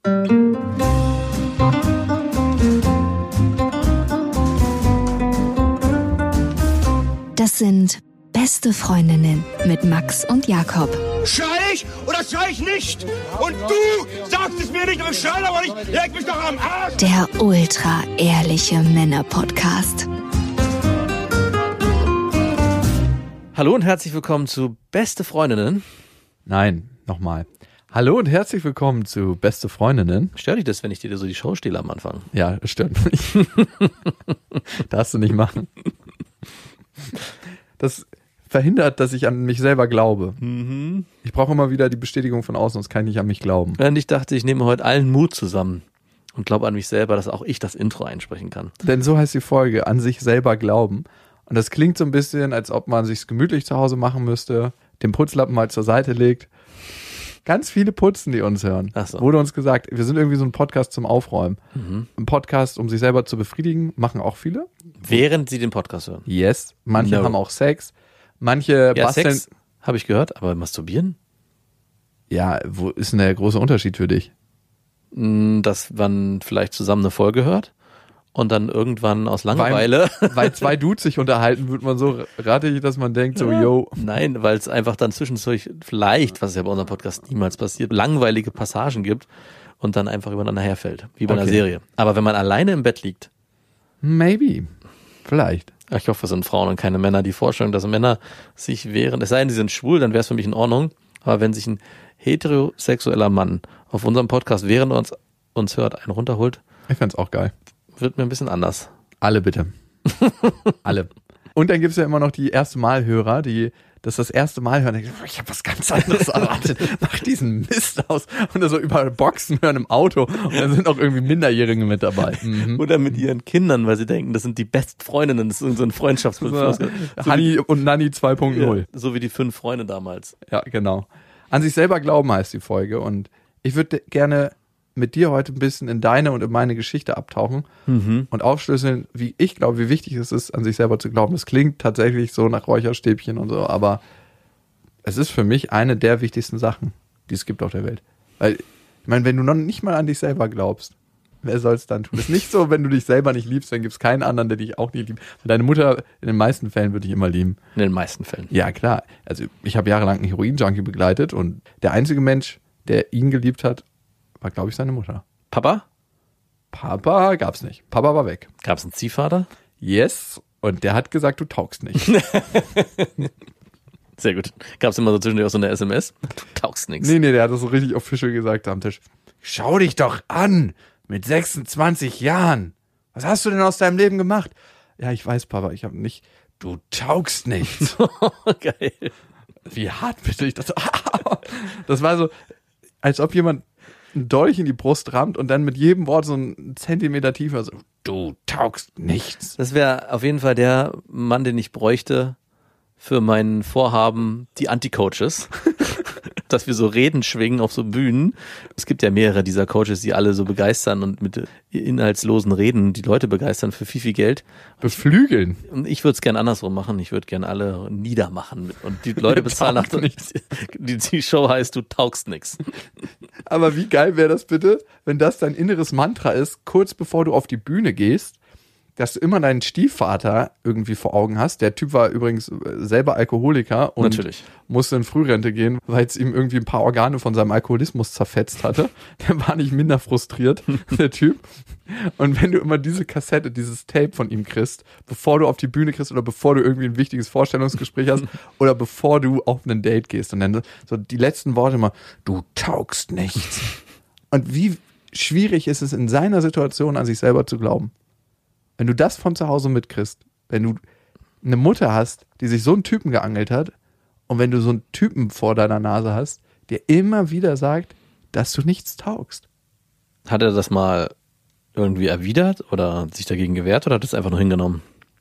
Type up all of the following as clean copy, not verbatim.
Das sind Beste Freundinnen mit Max und Jakob. Schrei ich oder schrei ich nicht? Und du sagst es mir nicht, aber ich schrei aber nicht. Leg mich doch am Arsch. Der ultra-ehrliche Männer-Podcast. Hallo und herzlich willkommen zu Beste Freundinnen. Nein, nochmal. Hallo und herzlich willkommen zu Beste Freundinnen. Stört dich das, wenn ich dir so die Show stehle am Anfang? Ja, das stört mich. Darfst du nicht machen. Das verhindert, dass ich an mich selber glaube. Mhm. Ich brauche immer wieder die Bestätigung von außen, sonst kann ich nicht an mich glauben. Und ich dachte, ich nehme heute allen Mut zusammen und glaube an mich selber, dass auch ich das Intro einsprechen kann. Denn so heißt die Folge, an sich selber glauben. Und das klingt so ein bisschen, als ob man sich's gemütlich zu Hause machen müsste, den Putzlappen mal zur Seite legt. Ganz viele putzen, die uns hören. Ach so. Wurde uns gesagt, wir sind irgendwie so ein Podcast zum Aufräumen. Mhm. Ein Podcast, um sich selber zu befriedigen, machen auch viele. Während sie den Podcast hören. Yes. Manche No. haben auch Sex. Manche Ja, basteln. Sex habe ich gehört, aber masturbieren? Ja, wo ist denn der große Unterschied für dich? Dass man vielleicht zusammen eine Folge hört und dann irgendwann aus Langeweile. Weil zwei Dudes sich unterhalten, wird man so rattig, dass man denkt so, yo. Nein, weil es einfach dann zwischendurch vielleicht, was ja bei unserem Podcast niemals passiert, langweilige Passagen gibt und dann einfach übereinander herfällt, wie bei einer Okay. Serie. Aber wenn man alleine im Bett liegt, Maybe. Vielleicht. ich hoffe, es sind Frauen und keine Männer, die Vorstellung, dass Männer sich während, es sei denn, sie sind schwul, dann wäre es für mich in Ordnung, aber wenn sich ein heterosexueller Mann auf unserem Podcast, während er uns hört, einen runterholt, Ich find's auch geil. wird mir ein bisschen anders. Alle bitte. Alle. Und dann gibt's ja immer noch die erste Mal-Hörer, die das erste Mal hören, denken, ich habe was ganz anderes erwartet, mach diesen Mist aus und da so überall Boxen hören im Auto und dann sind auch irgendwie Minderjährige mit dabei. Mhm. Oder mit ihren Kindern, weil sie denken, das sind die Bestfreundinnen, das ist so ein Freundschaftsbild. Hani und Nanni 2.0. Ja, so wie die 5 Freunde damals. Ja, genau. An sich selber glauben heißt die Folge und ich würde gerne mit dir heute ein bisschen in deine und in meine Geschichte abtauchen und aufschlüsseln, wie ich glaube, wie wichtig es ist, an sich selber zu glauben. Das klingt tatsächlich so nach Räucherstäbchen und so, aber es ist für mich eine der wichtigsten Sachen, die es gibt auf der Welt. Weil, ich meine, wenn du noch nicht mal an dich selber glaubst, wer soll es dann tun? Es ist nicht so, wenn du dich selber nicht liebst, dann gibt es keinen anderen, der dich auch nicht liebt. Deine Mutter in den meisten Fällen würde dich immer lieben. In den meisten Fällen. Ja, klar. Also ich habe jahrelang einen Heroin-Junkie begleitet und der einzige Mensch, der ihn geliebt hat, war, glaube ich, seine Mutter. Papa? Papa gab's nicht. Papa war weg. Gab es einen Ziehvater? Yes. Und der hat gesagt, du taugst nicht. Sehr gut. Gab es immer so zwischendurch auch so eine SMS? Du taugst nichts. Nee, der hat das so richtig official gesagt am Tisch. Schau dich doch an. Mit 26 Jahren. Was hast du denn aus deinem Leben gemacht? Ja, ich weiß, Papa, ich habe nicht. Du taugst nichts. Geil. Wie hart bitte? Ich dachte, das war so, als ob jemand einen Dolch in die Brust rammt und dann mit jedem Wort so einen Zentimeter tiefer so, du taugst nichts. Das wäre auf jeden Fall der Mann, den ich bräuchte für mein Vorhaben, die Anti-Coaches. Dass wir so Reden schwingen auf so Bühnen. Es gibt ja mehrere dieser Coaches, die alle so begeistern und mit inhaltslosen Reden die Leute begeistern für viel, viel Geld. Beflügeln. Und ich würde es gern andersrum machen. Ich würde gern alle niedermachen. Und die Leute bezahlen nach. Die Show heißt, du taugst nix. Aber wie geil wäre das bitte, wenn das dein inneres Mantra ist, kurz bevor du auf die Bühne gehst, dass du immer deinen Stiefvater irgendwie vor Augen hast. Der Typ war übrigens selber Alkoholiker und Natürlich. musste in Frührente gehen, weil es ihm irgendwie ein paar Organe von seinem Alkoholismus zerfetzt hatte. Der war nicht minder frustriert, der Typ. Und wenn du immer diese Kassette, dieses Tape von ihm kriegst, bevor du auf die Bühne kriegst oder bevor du irgendwie ein wichtiges Vorstellungsgespräch hast oder bevor du auf ein Date gehst und dann so die letzten Worte immer, du taugst nichts. Und wie schwierig ist es in seiner Situation an sich selber zu glauben? Wenn du das von zu Hause mitkriegst, wenn du eine Mutter hast, die sich so einen Typen geangelt hat und wenn du so einen Typen vor deiner Nase hast, der immer wieder sagt, dass du nichts taugst. Hat er das mal irgendwie erwidert oder sich dagegen gewehrt oder hat er es einfach nur hingenommen?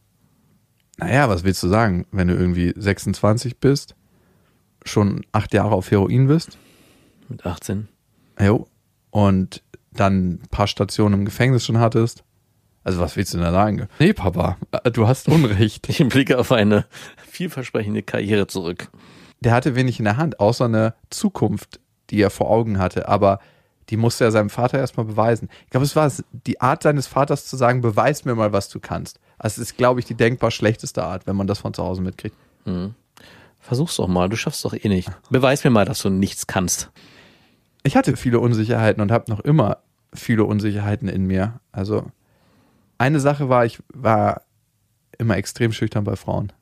Naja, was willst du sagen, wenn du irgendwie 26 bist, schon 8 Jahre auf Heroin bist? Mit 18? Jo. Und dann ein paar Stationen im Gefängnis schon hattest? Also was willst du denn da sagen? Nee, Papa, du hast Unrecht. Ich blicke auf eine vielversprechende Karriere zurück. Der hatte wenig in der Hand, außer eine Zukunft, die er vor Augen hatte. Aber Die musste er seinem Vater erstmal beweisen. Ich glaube, es war die Art seines Vaters zu sagen, beweis mir mal, was du kannst. Also es ist, glaube ich, die denkbar schlechteste Art, wenn man das von zu Hause mitkriegt. Versuch's doch mal, du schaffst doch eh nicht. Beweis mir mal, dass du nichts kannst. Ich hatte viele Unsicherheiten und habe noch immer viele Unsicherheiten in mir. Also eine Sache war, ich war immer extrem schüchtern bei Frauen.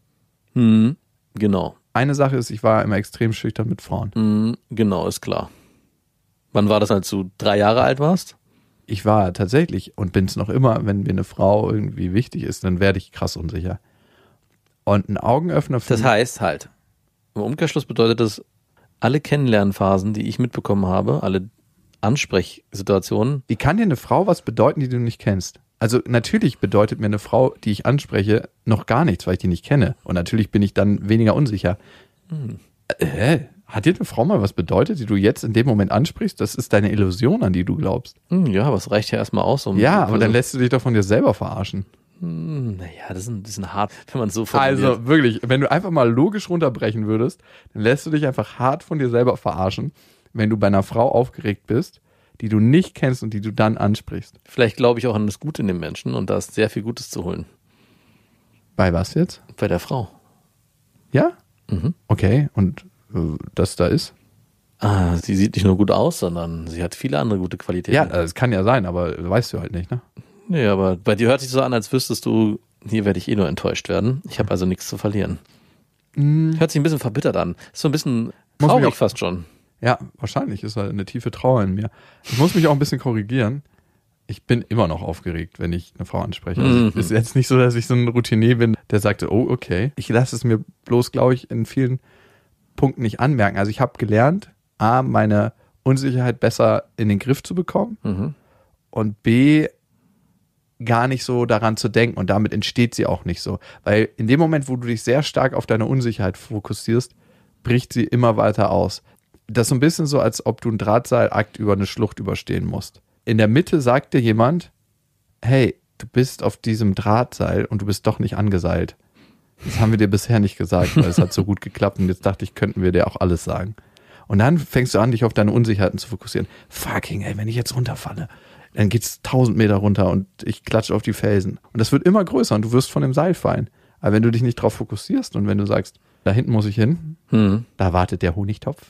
Genau. Eine Sache ist, ich war immer extrem schüchtern mit Frauen. Genau, ist klar. Wann war das, als du 3 Jahre alt warst? Ich war tatsächlich und bin es noch immer, wenn mir eine Frau irgendwie wichtig ist, dann werde ich krass unsicher. Und ein Augenöffner für Das heißt halt, im Umkehrschluss bedeutet das, alle Kennenlernphasen, die ich mitbekommen habe, alle Ansprechsituationen. Wie kann dir eine Frau was bedeuten, die du nicht kennst? Also natürlich bedeutet mir eine Frau, die ich anspreche, noch gar nichts, weil ich die nicht kenne. Und natürlich bin ich dann weniger unsicher. Hat dir eine Frau mal was bedeutet, die du jetzt in dem Moment ansprichst? Das ist deine Illusion, an die du glaubst. Ja, aber es reicht ja erstmal aus. Ja, aber dann lässt du dich doch von dir selber verarschen. Naja, das ist ein bisschen hart, wenn man so formuliert. Also wirklich, wenn du einfach mal logisch runterbrechen würdest, dann lässt du dich einfach hart von dir selber verarschen, wenn du bei einer Frau aufgeregt bist, die du nicht kennst und die du dann ansprichst. Vielleicht glaube ich auch an das Gute in dem Menschen und da ist sehr viel Gutes zu holen. Bei was jetzt? Bei der Frau. Ja? Okay, und das da ist? Sie sieht nicht nur gut aus, sondern sie hat viele andere gute Qualitäten. Ja, das kann ja sein, aber weißt du halt nicht, ne? Nee, aber bei dir hört sich so an, als wüsstest du, hier werde ich eh nur enttäuscht werden. Ich habe also nichts zu verlieren. Hört sich ein bisschen verbittert an. Ist so ein bisschen traurig fast schon. Ja, wahrscheinlich ist halt eine tiefe Trauer in mir. Ich muss mich auch ein bisschen korrigieren. Ich bin immer noch aufgeregt, wenn ich eine Frau anspreche. Also es ist jetzt nicht so, dass ich so ein Routinier bin, der sagte, oh, okay. Ich lasse es mir bloß, glaube ich, in vielen Punkten nicht anmerken. Also ich habe gelernt, A, meine Unsicherheit besser in den Griff zu bekommen und B, gar nicht so daran zu denken und damit entsteht sie auch nicht so. Weil in dem Moment, wo du dich sehr stark auf deine Unsicherheit fokussierst, bricht sie immer weiter aus. Das ist so ein bisschen so, als ob du einen Drahtseilakt über eine Schlucht überstehen musst. In der Mitte sagt dir jemand, hey, du bist auf diesem Drahtseil und du bist doch nicht angeseilt. Das haben wir dir bisher nicht gesagt, weil es hat so gut geklappt und jetzt dachte ich, könnten wir dir auch alles sagen. Und dann fängst du an, dich auf deine Unsicherheiten zu fokussieren. Fucking, ey, wenn ich jetzt runterfalle, dann geht's 1000 Meter runter und ich klatsche auf die Felsen. Und das wird immer größer und du wirst von dem Seil fallen. Aber wenn du dich nicht drauf fokussierst und wenn du sagst, da hinten muss ich hin, da wartet der Honigtopf,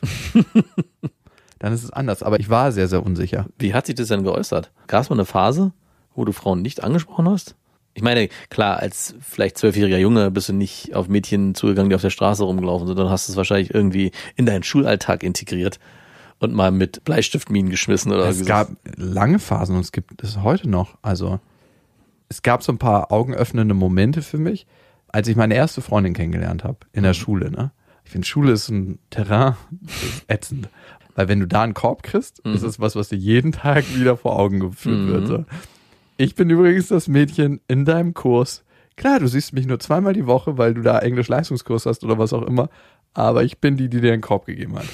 dann ist es anders. Aber ich war sehr, sehr unsicher. Wie hat sich das denn geäußert? Gab es mal eine Phase, wo du Frauen nicht angesprochen hast? Ich meine, klar, als vielleicht 12-jähriger Junge bist du nicht auf Mädchen zugegangen, die auf der Straße rumgelaufen sind, dann hast du es wahrscheinlich irgendwie in deinen Schulalltag integriert und mal mit Bleistiftminen geschmissen oder so. Es gab lange Phasen und es gibt es heute noch. Also es gab so ein paar augenöffnende Momente für mich, als ich meine erste Freundin kennengelernt habe in der Schule. Ne? Ich finde, Schule ist ein Terrain, das ist ätzend. Weil wenn du da einen Korb kriegst, ist es was dir jeden Tag wieder vor Augen geführt wird. So. Ich bin übrigens das Mädchen in deinem Kurs. Klar, du siehst mich nur 2-mal die Woche, weil du da Englisch-Leistungskurs hast oder was auch immer. Aber ich bin die dir einen Korb gegeben hat.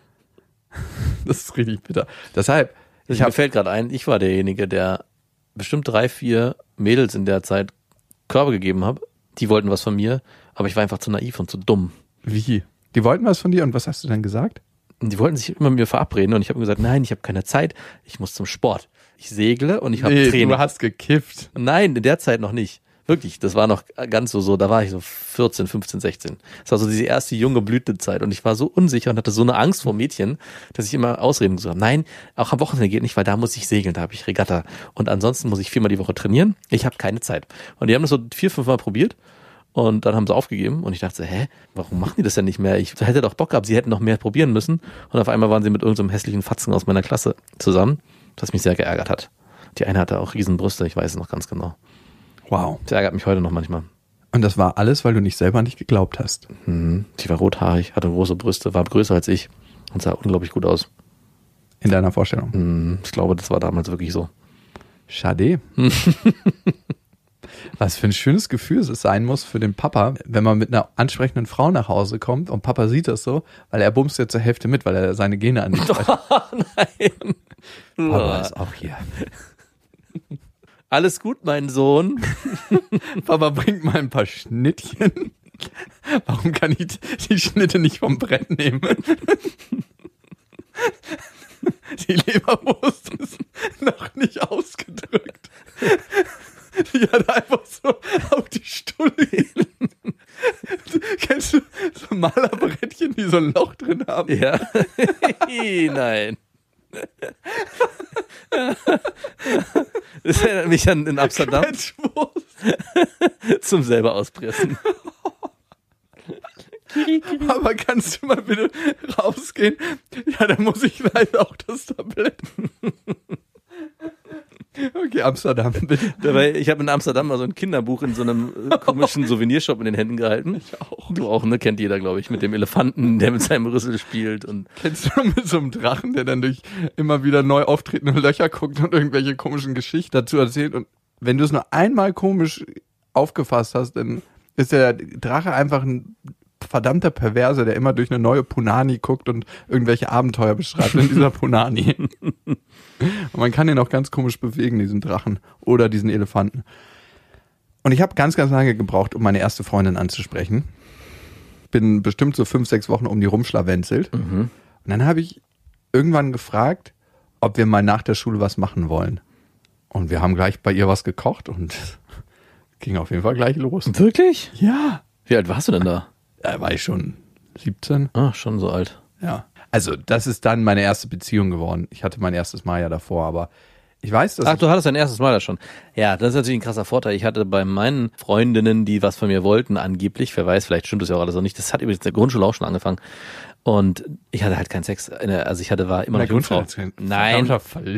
Das ist richtig bitter. Deshalb, mir fällt gerade ein, ich war derjenige, der bestimmt 3-4 Mädels in der Zeit Körbe gegeben habe. Die wollten was von mir, aber ich war einfach zu naiv und zu dumm. Wie? Die wollten was von dir und was hast du dann gesagt? Und die wollten sich immer mit mir verabreden und ich habe gesagt, nein, ich habe keine Zeit, ich muss zum Sport. Ich segle und ich habe Training. Du hast gekifft. Nein, in der Zeit noch nicht. Wirklich, das war noch ganz so, da war ich so 14, 15, 16. Das war so diese erste junge Blütezeit und ich war so unsicher und hatte so eine Angst vor Mädchen, dass ich immer Ausreden gesagt habe. Nein, auch am Wochenende geht nicht, weil da muss ich segeln, da habe ich Regatta. Und ansonsten muss ich 4-mal die Woche trainieren. Ich habe keine Zeit. Und die haben das so 4-5 Mal probiert und dann haben sie aufgegeben und ich dachte, warum machen die das denn nicht mehr? Ich hätte doch Bock gehabt, sie hätten noch mehr probieren müssen. Und auf einmal waren sie mit irgendeinem hässlichen Fatzen aus meiner Klasse zusammen, was mich sehr geärgert hat. Die eine hatte auch Riesenbrüste, ich weiß es noch ganz genau. Wow. Das ärgert mich heute noch manchmal. Und das war alles, weil du nicht selber nicht geglaubt hast. Die war rothaarig, hatte große Brüste, war größer als ich und sah unglaublich gut aus. In deiner Vorstellung? Ich glaube, das war damals wirklich so. Schade. Was für ein schönes Gefühl es sein muss für den Papa, wenn man mit einer ansprechenden Frau nach Hause kommt und Papa sieht das so, weil er bumst ja zur Hälfte mit, weil er seine Gene an dich hat. Nein. Papa ist auch hier. Alles gut, mein Sohn. Papa bringt mal ein paar Schnittchen. Warum kann ich die Schnitte nicht vom Brett nehmen? Die Leberwurst ist noch nicht ausgedrückt. Die hat einfach so auf die Stulle. Kennst du so Malerbrettchen, die so ein Loch drin haben? Ja. Nein. Das erinnert mich an in Amsterdam zum selber auspressen. Aber kannst du mal bitte rausgehen? Ja, dann muss ich leider auch das Tablett. Okay, Amsterdam, bitte. Dabei, ich habe in Amsterdam mal so ein Kinderbuch in so einem komischen Souvenirshop in den Händen gehalten. Ich auch. Du auch, ne? Kennt jeder, glaube ich, mit dem Elefanten, der mit seinem Rüssel spielt. Und Kennst du mit so einem Drachen, der dann durch immer wieder neu auftretende Löcher guckt und irgendwelche komischen Geschichten dazu erzählt? Und wenn du es nur einmal komisch aufgefasst hast, dann ist der Drache einfach ein verdammter Perverse, der immer durch eine neue Punani guckt und irgendwelche Abenteuer beschreibt in dieser Punani. Und man kann den auch ganz komisch bewegen, diesen Drachen oder diesen Elefanten. Und ich habe ganz, ganz lange gebraucht, um meine erste Freundin anzusprechen. Bin bestimmt so 5-6 Wochen um die rumschlawenzelt. Und dann habe ich irgendwann gefragt, ob wir mal nach der Schule was machen wollen. Und wir haben gleich bei ihr was gekocht und ging auf jeden Fall gleich los. wirklich? Ja. Wie alt warst du denn da? Da war ich schon 17. Ah, schon so alt. Ja. Also das ist dann meine erste Beziehung geworden. Ich hatte mein erstes Mal ja davor, aber ich weiß, dass... Ach, du hattest dein erstes Mal da schon. Ja, das ist natürlich ein krasser Vorteil. Ich hatte bei meinen Freundinnen, die was von mir wollten, angeblich, wer weiß, vielleicht stimmt das ja auch alles noch nicht, das hat übrigens in der Grundschule auch schon angefangen. Und ich hatte halt keinen Sex, also war immer noch Jungfrau. Nein,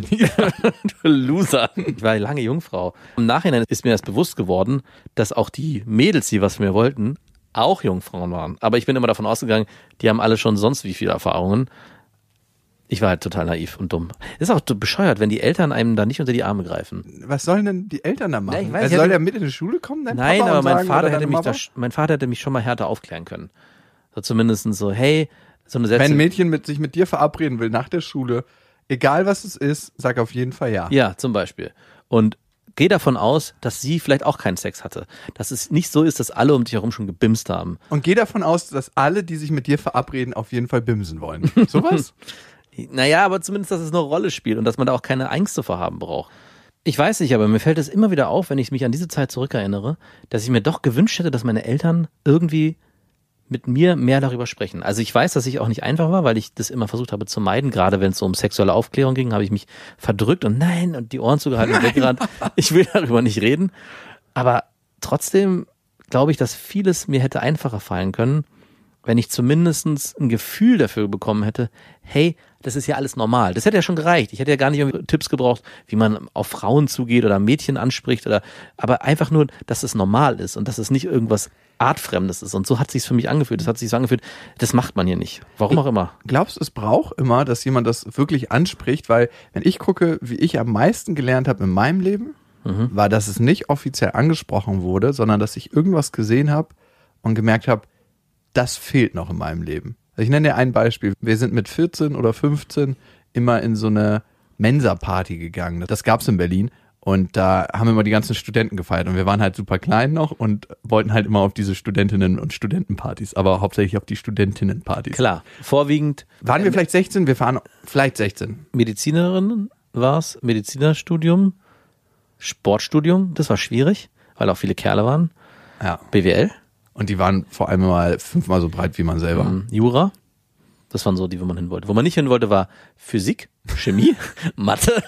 du Loser. Ich war lange Jungfrau. Im Nachhinein ist mir das bewusst geworden, dass auch die Mädels, die was von mir wollten, auch Jungfrauen waren. Aber ich bin immer davon ausgegangen, die haben alle schon sonst wie viele Erfahrungen. Ich war halt total naiv und dumm. Ist auch bescheuert, wenn die Eltern einem da nicht unter die Arme greifen. Was sollen denn die Eltern da machen? Ja, ich weiß, soll der mit in die Schule kommen? Nein, Papa, aber mein Vater hätte mich schon mal härter aufklären können. So zumindest so, hey, so eine Sätze. Wenn ein Mädchen sich mit dir verabreden will nach der Schule, egal was es ist, sag auf jeden Fall ja. Ja, zum Beispiel. Und geh davon aus, dass sie vielleicht auch keinen Sex hatte. Dass es nicht so ist, dass alle um dich herum schon gebimst haben. Und geh davon aus, dass alle, die sich mit dir verabreden, auf jeden Fall bimsen wollen. Sowas? Naja, aber zumindest, dass es eine Rolle spielt und dass man da auch keine Ängste vor haben braucht. Ich weiß nicht, aber mir fällt es immer wieder auf, wenn ich mich an diese Zeit zurückerinnere, dass ich mir doch gewünscht hätte, dass meine Eltern irgendwie mit mir mehr darüber sprechen. Also ich weiß, dass ich auch nicht einfach war, weil ich das immer versucht habe zu meiden. Gerade wenn es so um sexuelle Aufklärung ging, habe ich mich verdrückt und nein und die Ohren zugehalten und weggerannt. Ich will darüber nicht reden. Aber trotzdem glaube ich, dass vieles mir hätte einfacher fallen können, wenn ich zumindest ein Gefühl dafür bekommen hätte, hey, das ist ja alles normal. Das hätte ja schon gereicht. Ich hätte ja gar nicht irgendwie Tipps gebraucht, wie man auf Frauen zugeht oder Mädchen anspricht aber einfach nur, dass es normal ist und dass es nicht irgendwas Artfremdes ist. Und so hat es sich für mich angefühlt. Das hat sich so angefühlt, das macht man hier nicht. Warum auch immer. Glaubst du, es braucht immer, dass jemand das wirklich anspricht? Weil, wenn ich gucke, wie ich am meisten gelernt habe in meinem Leben, war, dass es nicht offiziell angesprochen wurde, sondern dass ich irgendwas gesehen habe und gemerkt habe, das fehlt noch in meinem Leben. Also ich nenne dir ein Beispiel. Wir sind mit 14 oder 15 immer in so eine Mensa-Party gegangen. Das gab's in Berlin. Und da haben immer die ganzen Studenten gefeiert. Und wir waren halt super klein noch und wollten halt immer auf diese Studentinnen- und Studentenpartys. Aber hauptsächlich auf die Studentinnenpartys. Klar, vorwiegend. Waren wir vielleicht 16? Wir waren vielleicht 16. Medizinerinnen war es, Medizinerstudium, Sportstudium, das war schwierig, weil auch viele Kerle waren. Ja. BWL. Und die waren vor allem mal 5-mal so breit wie man selber. Jura. Das waren so die, wo man hin wollte. Wo man nicht hin wollte, war Physik, Chemie, Mathe.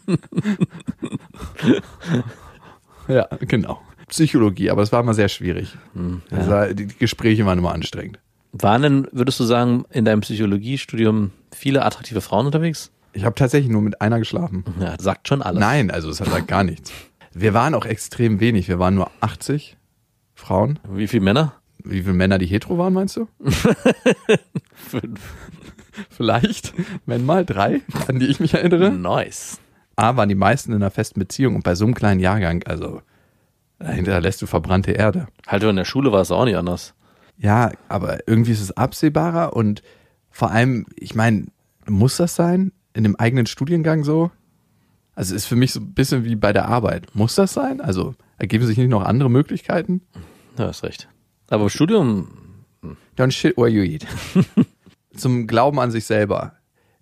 Ja, genau. Psychologie, aber es war immer sehr schwierig. Ja. Die Gespräche waren immer anstrengend. Waren denn, würdest du sagen, in deinem Psychologiestudium viele attraktive Frauen unterwegs? Ich habe tatsächlich nur mit einer geschlafen. Ja, sagt schon alles. Nein, also es sagt gar nichts. Wir waren auch extrem wenig. Wir waren nur 80 Frauen. Wie viele Männer? Wie viele Männer, die hetero waren, meinst du? 5. Vielleicht, wenn mal 3, an die ich mich erinnere. Nice. A, waren die meisten in einer festen Beziehung und bei so einem kleinen Jahrgang, also dahinter lässt du verbrannte Erde. Halt, in der Schule war es auch nicht anders. Ja, aber irgendwie ist es absehbarer und vor allem, ich meine, muss das sein? In dem eigenen Studiengang so? Also ist für mich so ein bisschen wie bei der Arbeit. Muss das sein? Also ergeben sich nicht noch andere Möglichkeiten? Ja, hast recht. Aber im Studium... Don't shit where you eat. Zum Glauben an sich selber.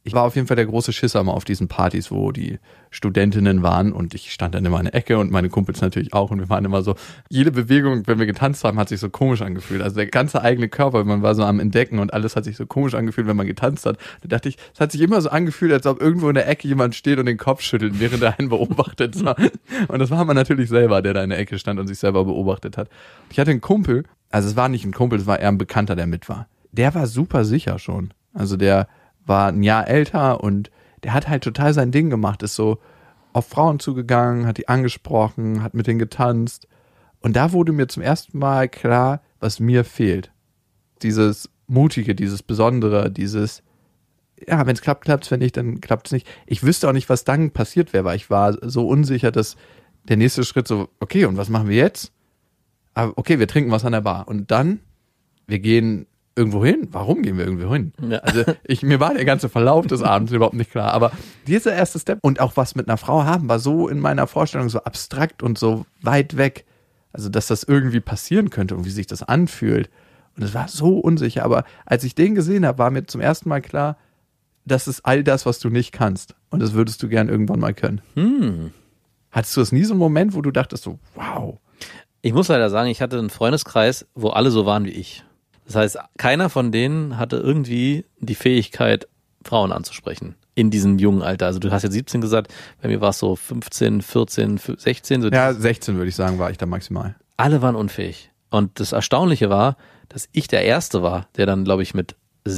Ich war auf jeden Fall der große Schisser mal auf diesen Partys, wo die Studentinnen waren und ich stand dann immer in der Ecke und meine Kumpels natürlich auch und wir waren immer so, jede Bewegung, wenn wir getanzt haben, hat sich so komisch angefühlt. Also der ganze eigene Körper, man war so am Entdecken und alles hat sich so komisch angefühlt, wenn man getanzt hat. Da dachte ich, es hat sich immer so angefühlt, als ob irgendwo in der Ecke jemand steht und den Kopf schüttelt, während er einen beobachtet. Und das war man natürlich selber, der da in der Ecke stand und sich selber beobachtet hat. Ich hatte einen Kumpel, also es war nicht ein Kumpel, es war eher ein Bekannter, der mit war. Der war super sicher schon. Also der war ein Jahr älter und der hat halt total sein Ding gemacht, ist so auf Frauen zugegangen, hat die angesprochen, hat mit denen getanzt. Und da wurde mir zum ersten Mal klar, was mir fehlt. Dieses Mutige, dieses Besondere, dieses, ja, wenn es klappt, klappt's, wenn nicht, dann klappt's nicht. Ich wüsste auch nicht, was dann passiert wäre, weil ich war so unsicher, dass der nächste Schritt so, okay, und was machen wir jetzt? Aber okay, wir trinken was an der Bar. Und dann, wir gehen irgendwo hin? Warum gehen wir irgendwo hin? Ja. Also mir war der ganze Verlauf des Abends überhaupt nicht klar, aber dieser erste Step und auch was mit einer Frau haben, war so in meiner Vorstellung so abstrakt und so weit weg, also dass das irgendwie passieren könnte und wie sich das anfühlt und es war so unsicher, aber als ich den gesehen habe, war mir zum ersten Mal klar, das ist all das, was du nicht kannst und das würdest du gern irgendwann mal können. Hattest du das nie so einen Moment, wo du dachtest so, wow? Ich muss leider sagen, ich hatte einen Freundeskreis, wo alle so waren wie ich. Das heißt, keiner von denen hatte irgendwie die Fähigkeit, Frauen anzusprechen in diesem jungen Alter. Also du hast jetzt 17 gesagt, bei mir war es so 15, 14, 16. So ja, 16 würde ich sagen, war ich da maximal. Alle waren unfähig. Und das Erstaunliche war, dass ich der Erste war, der dann, glaube ich, mit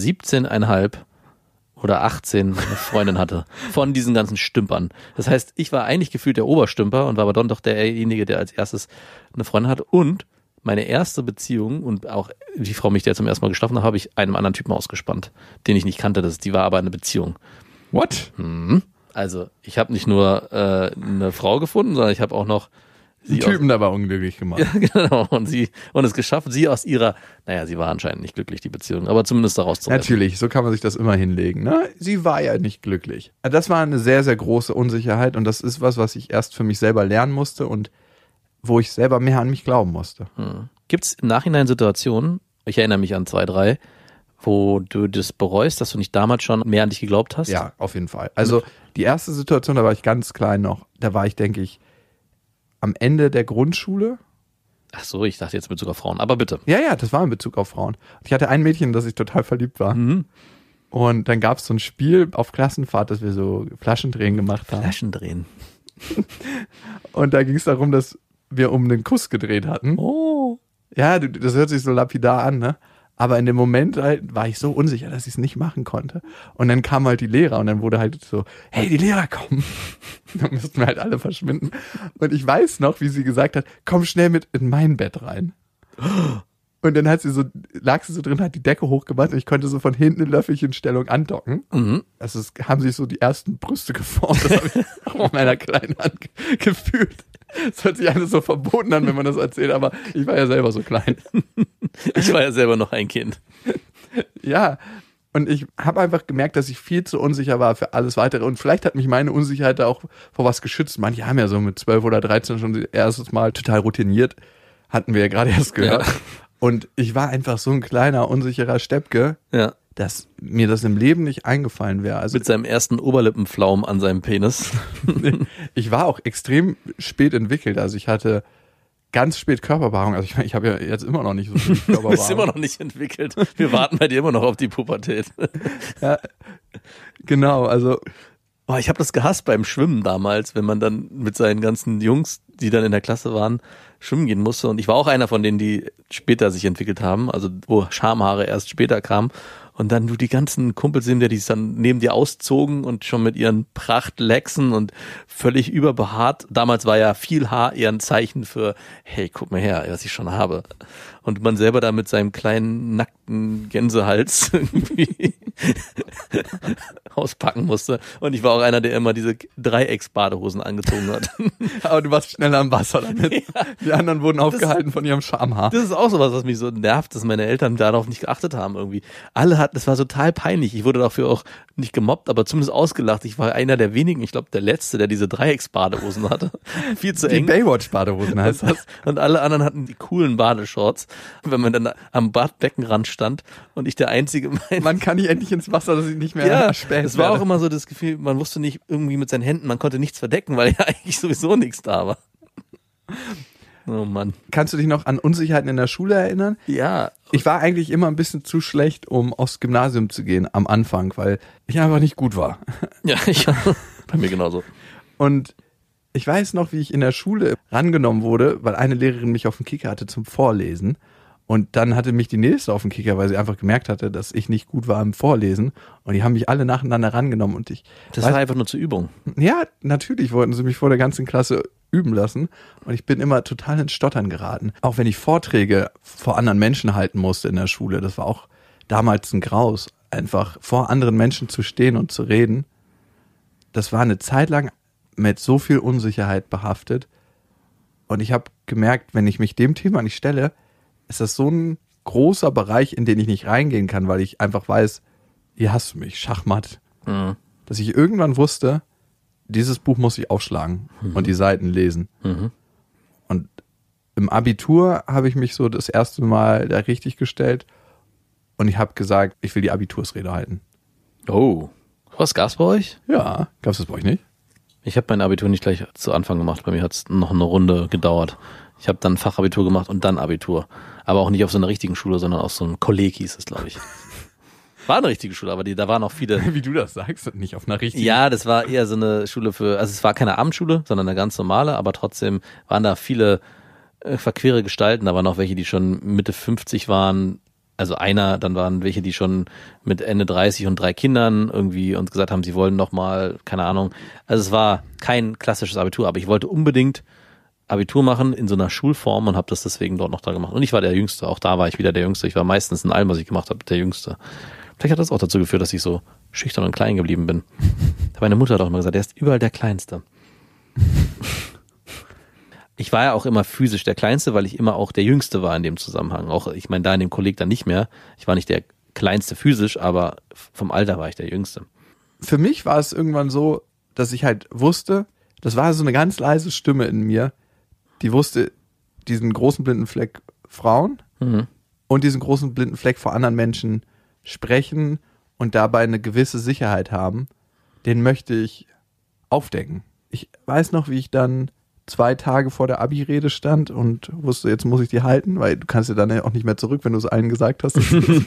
17,5 oder 18 eine Freundin hatte. Von diesen ganzen Stümpern. Das heißt, ich war eigentlich gefühlt der Oberstümper und war aber dann doch derjenige, der als erstes eine Freundin hatte. Und meine erste Beziehung und auch die Frau, mich der zum ersten Mal geschlafen hat, habe ich einem anderen Typen ausgespannt, den ich nicht kannte. Die war aber eine Beziehung. What? Also ich habe nicht nur eine Frau gefunden, sondern ich habe auch noch die Typen dabei unglücklich gemacht. Ja, genau. Und es geschafft, sie aus ihrer, sie war anscheinend nicht glücklich, die Beziehung, aber zumindest daraus zu retten. Natürlich, so kann man sich das immer hinlegen. Ne? Sie war ja nicht glücklich. Das war eine sehr, sehr große Unsicherheit und das ist was ich erst für mich selber lernen musste und wo ich selber mehr an mich glauben musste. Gibt es im Nachhinein Situationen, ich erinnere mich an 2, 3, wo du das bereust, dass du nicht damals schon mehr an dich geglaubt hast? Ja, auf jeden Fall. Also die erste Situation, da war ich ganz klein noch, da war ich, denke ich, am Ende der Grundschule. Ach so, ich dachte jetzt in Bezug auf Frauen, aber bitte. Ja, das war in Bezug auf Frauen. Ich hatte ein Mädchen, in das ich total verliebt war. Und dann gab es so ein Spiel auf Klassenfahrt, dass wir so Flaschendrehen gemacht haben. Flaschendrehen. Und da ging es darum, dass wir um den Kuss gedreht hatten. Oh. Ja, das hört sich so lapidar an, ne? Aber in dem Moment halt war ich so unsicher, dass ich es nicht machen konnte. Und dann kamen halt die Lehrer und dann wurde halt so, hey, die Lehrer kommen. Dann mussten wir halt alle verschwinden. Und ich weiß noch, wie sie gesagt hat, komm schnell mit in mein Bett rein. Und dann lag sie so drin, hat die Decke hochgemacht und ich konnte so von hinten in Löffelchenstellung andocken. Also es haben sich so die ersten Brüste geformt. Das habe ich auch mit meiner kleinen Hand gefühlt. Es hört sich alles so verboten an, wenn man das erzählt, aber ich war ja selber so klein. Ich war ja selber noch ein Kind. Ja, und ich habe einfach gemerkt, dass ich viel zu unsicher war für alles Weitere. Und vielleicht hat mich meine Unsicherheit da auch vor was geschützt. Manche haben ja so mit 12 oder 13 schon das erste Mal total routiniert. Hatten wir ja gerade erst gehört. Ja. Und ich war einfach so ein kleiner, unsicherer Steppke, dass mir das im Leben nicht eingefallen wäre. Also mit seinem ersten Oberlippenflaum an seinem Penis. Ich war auch extrem spät entwickelt. Also ich hatte ganz spät Körperbehaarung. Also ich habe ja jetzt immer noch nicht so viel Körperbehaarung. Du bist immer noch nicht entwickelt. Wir warten bei dir immer noch auf die Pubertät. Ja, genau. Also ich habe das gehasst beim Schwimmen damals, wenn man dann mit seinen ganzen Jungs, die dann in der Klasse waren, schwimmen gehen musste. Und ich war auch einer von denen, die später sich entwickelt haben, also wo Schamhaare erst später kamen. Und dann du die ganzen Kumpels sehen, die es dann neben dir auszogen und schon mit ihren Prachtlexen und völlig überbehaart. Damals war ja viel Haar eher ein Zeichen für, hey, guck mal her, was ich schon habe. Und man selber da mit seinem kleinen, nackten Gänsehals irgendwie auspacken musste. Und ich war auch einer, der immer diese Dreiecksbadehosen angezogen hat. Aber du warst schneller am Wasser damit. Ja. Die anderen wurden aufgehalten von ihrem Schamhaar. Das ist auch sowas, was mich so nervt, dass meine Eltern darauf nicht geachtet haben irgendwie. Alle hatten das war total peinlich. Ich wurde dafür auch nicht gemobbt, aber zumindest ausgelacht. Ich war einer der wenigen, ich glaube der Letzte, der diese Dreiecksbadehosen hatte. Viel zu eng. Die Baywatch-Badehosen heißt das. Und alle anderen hatten die coolen Badeshorts. Wenn man dann am Badbeckenrand stand und ich der Einzige... Man kann nicht endlich ins Wasser, dass ich nicht mehr späht. Es war auch immer so das Gefühl, man wusste nicht irgendwie mit seinen Händen, man konnte nichts verdecken, weil ja eigentlich sowieso nichts da war. Oh Mann. Kannst du dich noch an Unsicherheiten in der Schule erinnern? Ja. Ich war eigentlich immer ein bisschen zu schlecht, um aufs Gymnasium zu gehen am Anfang, weil ich einfach nicht gut war. Ja, bei mir genauso. Und ich weiß noch, wie ich in der Schule rangenommen wurde, weil eine Lehrerin mich auf den Kicker hatte zum Vorlesen. Und dann hatte mich die nächste auf den Kicker, weil sie einfach gemerkt hatte, dass ich nicht gut war im Vorlesen. Und die haben mich alle nacheinander rangenommen. Und das war einfach nur zur Übung. Ja, natürlich wollten sie mich vor der ganzen Klasse üben lassen. Und ich bin immer total ins Stottern geraten. Auch wenn ich Vorträge vor anderen Menschen halten musste in der Schule. Das war auch damals ein Graus. Einfach vor anderen Menschen zu stehen und zu reden. Das war eine Zeit lang mit so viel Unsicherheit behaftet. Und ich habe gemerkt, wenn ich mich dem Thema nicht stelle, ist das so ein großer Bereich, in den ich nicht reingehen kann, weil ich einfach weiß, ihr hasst mich, Schachmatt. Mhm. Dass ich irgendwann wusste, dieses Buch muss ich aufschlagen und die Seiten lesen. Mhm. Und im Abitur habe ich mich so das erste Mal da richtig gestellt und ich habe gesagt, ich will die Abitursrede halten. Oh, was gab's bei euch? Ja, gab's das bei euch nicht? Ich habe mein Abitur nicht gleich zu Anfang gemacht, bei mir hat es noch eine Runde gedauert. Ich habe dann Fachabitur gemacht und dann Abitur. Aber auch nicht auf so einer richtigen Schule, sondern auf so einem Kolleg hieß es, glaube ich. War eine richtige Schule, aber da waren auch viele... Wie du das sagst, nicht auf einer richtigen... Ja, das war eher so eine Schule also es war keine Abendschule, sondern eine ganz normale, aber trotzdem waren da viele verquere Gestalten. Da waren auch welche, die schon Mitte 50 waren, also dann waren welche, die schon mit Ende 30 und 3 Kindern irgendwie uns gesagt haben, sie wollen noch mal, keine Ahnung. Also es war kein klassisches Abitur, aber ich wollte unbedingt Abitur machen in so einer Schulform und habe das deswegen dort noch da gemacht. Und ich war der Jüngste, auch da war ich wieder der Jüngste. Ich war meistens in allem, was ich gemacht habe, der Jüngste. Vielleicht hat das auch dazu geführt, dass ich so schüchtern und klein geblieben bin. Meine Mutter hat auch immer gesagt, der ist überall der Kleinste. Ich war ja auch immer physisch der Kleinste, weil ich immer auch der Jüngste war in dem Zusammenhang. Auch, ich meine, da in dem Kolleg dann nicht mehr. Ich war nicht der Kleinste physisch, aber vom Alter war ich der Jüngste. Für mich war es irgendwann so, dass ich halt wusste, das war so eine ganz leise Stimme in mir, die wusste, diesen großen blinden Fleck Frauen und diesen großen blinden Fleck vor anderen Menschen sprechen und dabei eine gewisse Sicherheit haben, den möchte ich aufdecken. Ich weiß noch, wie ich dann 2 Tage vor der Abi-Rede stand und wusste, jetzt muss ich die halten, weil du kannst ja dann ja auch nicht mehr zurück, wenn du es allen gesagt hast.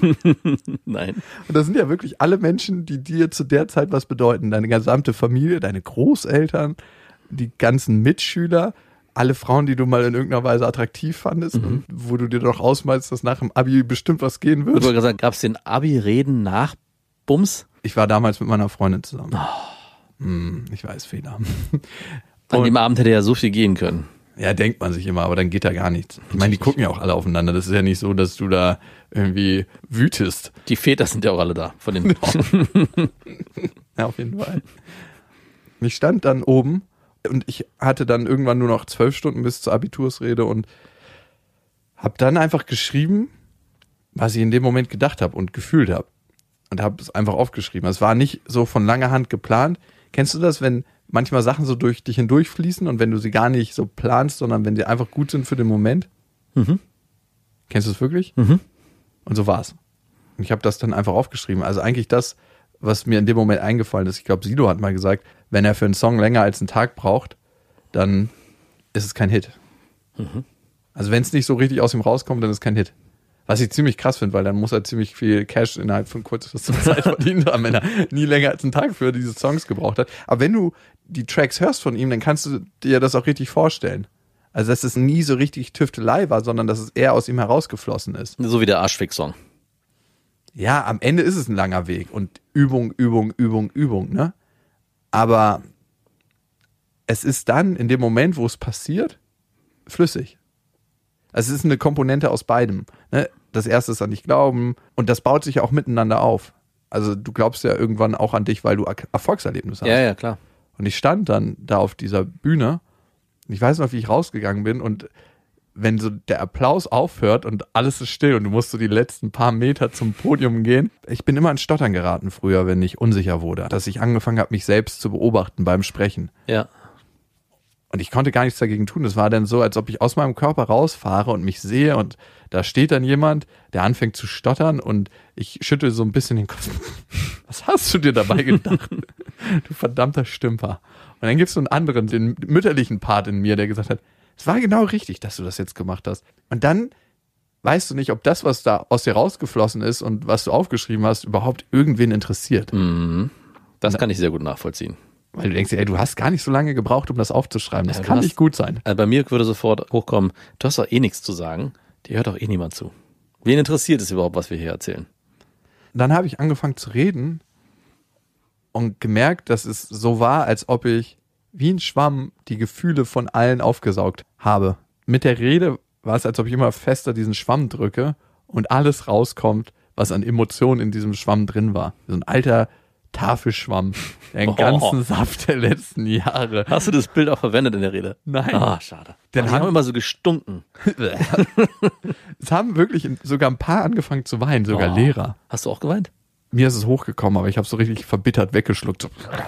Nein. Und das sind ja wirklich alle Menschen, die dir zu der Zeit was bedeuten. Deine gesamte Familie, deine Großeltern, die ganzen Mitschüler, alle Frauen, die du mal in irgendeiner Weise attraktiv fandest und wo du dir doch ausmalst, dass nach dem Abi bestimmt was gehen wird. Du hast gesagt, gab es den Abi-Reden nach Bums? Ich war damals mit meiner Freundin zusammen. Ich weiß, Fehler. An dem Abend hätte ja so viel gehen können. Ja, denkt man sich immer, aber dann geht da gar nichts. Ich meine, die gucken ja auch alle aufeinander. Das ist ja nicht so, dass du da irgendwie wütest. Die Väter sind ja auch alle da. Von dem Ja, auf jeden Fall. Ich stand dann oben und ich hatte dann irgendwann nur noch 12 Stunden bis zur Abitursrede und habe dann einfach geschrieben, was ich in dem Moment gedacht habe und gefühlt habe. Und habe es einfach aufgeschrieben. Es war nicht so von langer Hand geplant. Kennst du das, wenn manchmal Sachen so durch dich hindurchfließen und wenn du sie gar nicht so planst, sondern wenn sie einfach gut sind für den Moment? Kennst du es wirklich? Und so war's. Und ich habe das dann einfach aufgeschrieben. Also eigentlich das, was mir in dem Moment eingefallen ist. Ich glaube, Sido hat mal gesagt, wenn er für einen Song länger als einen Tag braucht, dann ist es kein Hit. Also wenn es nicht so richtig aus ihm rauskommt, dann ist es kein Hit. Was ich ziemlich krass finde, weil dann muss er ziemlich viel Cash innerhalb von kurzer Zeit verdienen haben, wenn er nie länger als einen Tag für diese Songs gebraucht hat. Aber wenn du die Tracks hörst von ihm, dann kannst du dir das auch richtig vorstellen. Also dass es nie so richtig Tüftelei war, sondern dass es eher aus ihm herausgeflossen ist. So wie der Arschfick-Song. Ja, am Ende ist es ein langer Weg und Übung, ne? Aber es ist dann in dem Moment, wo es passiert, flüssig. Also es ist eine Komponente aus beidem. Ne? Das erste ist an dich glauben und das baut sich ja auch miteinander auf. Also du glaubst ja irgendwann auch an dich, weil du Erfolgserlebnisse hast. Ja, klar. Und ich stand dann da auf dieser Bühne und ich weiß noch, wie ich rausgegangen bin und wenn so der Applaus aufhört und alles ist still und du musst so die letzten paar Meter zum Podium gehen. Ich bin immer ins Stottern geraten früher, wenn ich unsicher wurde, dass ich angefangen habe, mich selbst zu beobachten beim Sprechen. Ja. Und ich konnte gar nichts dagegen tun. Es war dann so, als ob ich aus meinem Körper rausfahre und mich sehe und da steht dann jemand, der anfängt zu stottern und ich schüttel so ein bisschen den Kopf. Was hast du dir dabei gedacht? Du verdammter Stümper. Und dann gibt es so einen anderen, den mütterlichen Part in mir, der gesagt hat, es war genau richtig, dass du das jetzt gemacht hast. Und dann weißt du nicht, ob das, was da aus dir rausgeflossen ist und was du aufgeschrieben hast, überhaupt irgendwen interessiert. Mhm. Das kann ich sehr gut nachvollziehen. Weil du denkst, ey, du hast gar nicht so lange gebraucht, um das aufzuschreiben. Das kann nicht gut sein. Also bei mir würde sofort hochkommen, du hast doch eh nichts zu sagen. Dir hört doch eh niemand zu. Wen interessiert es überhaupt, was wir hier erzählen? Dann habe ich angefangen zu reden und gemerkt, dass es so war, als ob ich wie ein Schwamm die Gefühle von allen aufgesaugt habe. Mit der Rede war es, als ob ich immer fester diesen Schwamm drücke und alles rauskommt, was an Emotionen in diesem Schwamm drin war. So ein alter Tafelschwamm, den ganzen Saft der letzten Jahre. Hast du das Bild auch verwendet in der Rede? Nein. Ah, schade. Dann Die haben immer so gestunken. Es haben wirklich sogar ein paar angefangen zu weinen, sogar Lehrer. Hast du auch geweint? Mir ist es hochgekommen, aber ich habe so richtig verbittert weggeschluckt.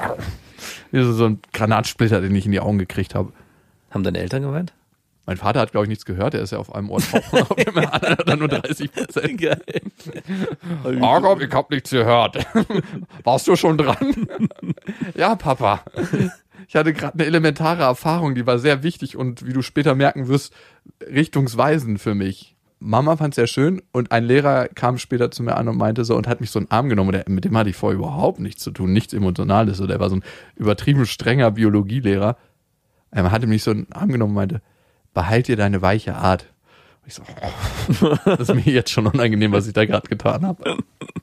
So ein Granatsplitter, den ich in die Augen gekriegt habe. Haben deine Eltern geweint? Mein Vater hat, glaube ich, nichts gehört. Der ist ja auf einem Ohr taub. Auf dem anderen hat er nur 30%. Geil. Jakob, ich hab nichts gehört. Warst du schon dran? Ja, Papa. Ich hatte gerade eine elementare Erfahrung, die war sehr wichtig und wie du später merken wirst, richtungsweisend für mich. Mama fand es sehr schön und ein Lehrer kam später zu mir an und meinte so und hat mich so in den Arm genommen. Mit dem hatte ich vorher überhaupt nichts zu tun, nichts Emotionales. So, der war so ein übertrieben strenger Biologielehrer. Er hatte mich so in den Arm genommen und meinte, behalt dir deine weiche Art. Und ich so, das ist mir jetzt schon unangenehm, was ich da gerade getan habe.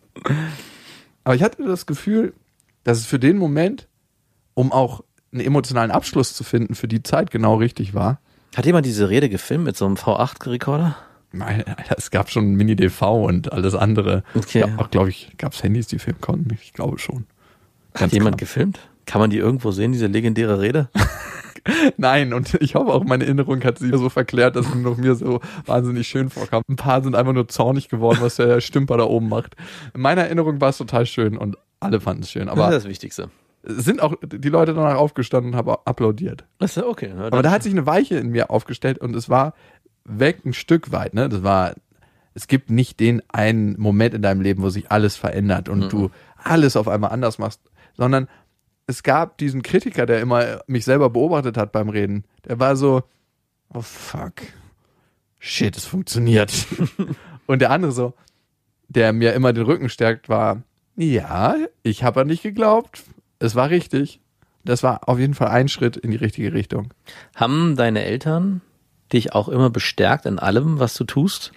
Aber ich hatte das Gefühl, dass es für den Moment, um auch einen emotionalen Abschluss zu finden, für die Zeit genau richtig war. Hat jemand diese Rede gefilmt mit so einem V8-Rekorder? Nein, es gab schon Mini-DV und alles andere. Okay. Ja, auch, glaube ich, gab es Handys, die filmen konnten. Ich glaube schon. Hat jemand gefilmt? Kann man die irgendwo sehen, diese legendäre Rede? Nein, und ich hoffe auch, meine Erinnerung hat sie so verklärt, dass es noch mir so wahnsinnig schön vorkam. Ein paar sind einfach nur zornig geworden, was der Stümper da oben macht. In meiner Erinnerung war es total schön und alle fanden es schön. Aber das ist das Wichtigste. Sind auch die Leute danach aufgestanden und haben applaudiert. Das ist okay. Ja, aber da hat sich eine Weiche in mir aufgestellt und es war weg ein Stück weit. Ne? Es gibt nicht den einen Moment in deinem Leben, wo sich alles verändert und du alles auf einmal anders machst, sondern es gab diesen Kritiker, der immer mich selber beobachtet hat beim Reden. Der war so, oh fuck, shit, es funktioniert. Und der andere so, der mir immer den Rücken stärkt, war, ja, ich habe an dich geglaubt, es war richtig. Das war auf jeden Fall ein Schritt in die richtige Richtung. Haben deine Eltern dich auch immer bestärkt in allem, was du tust?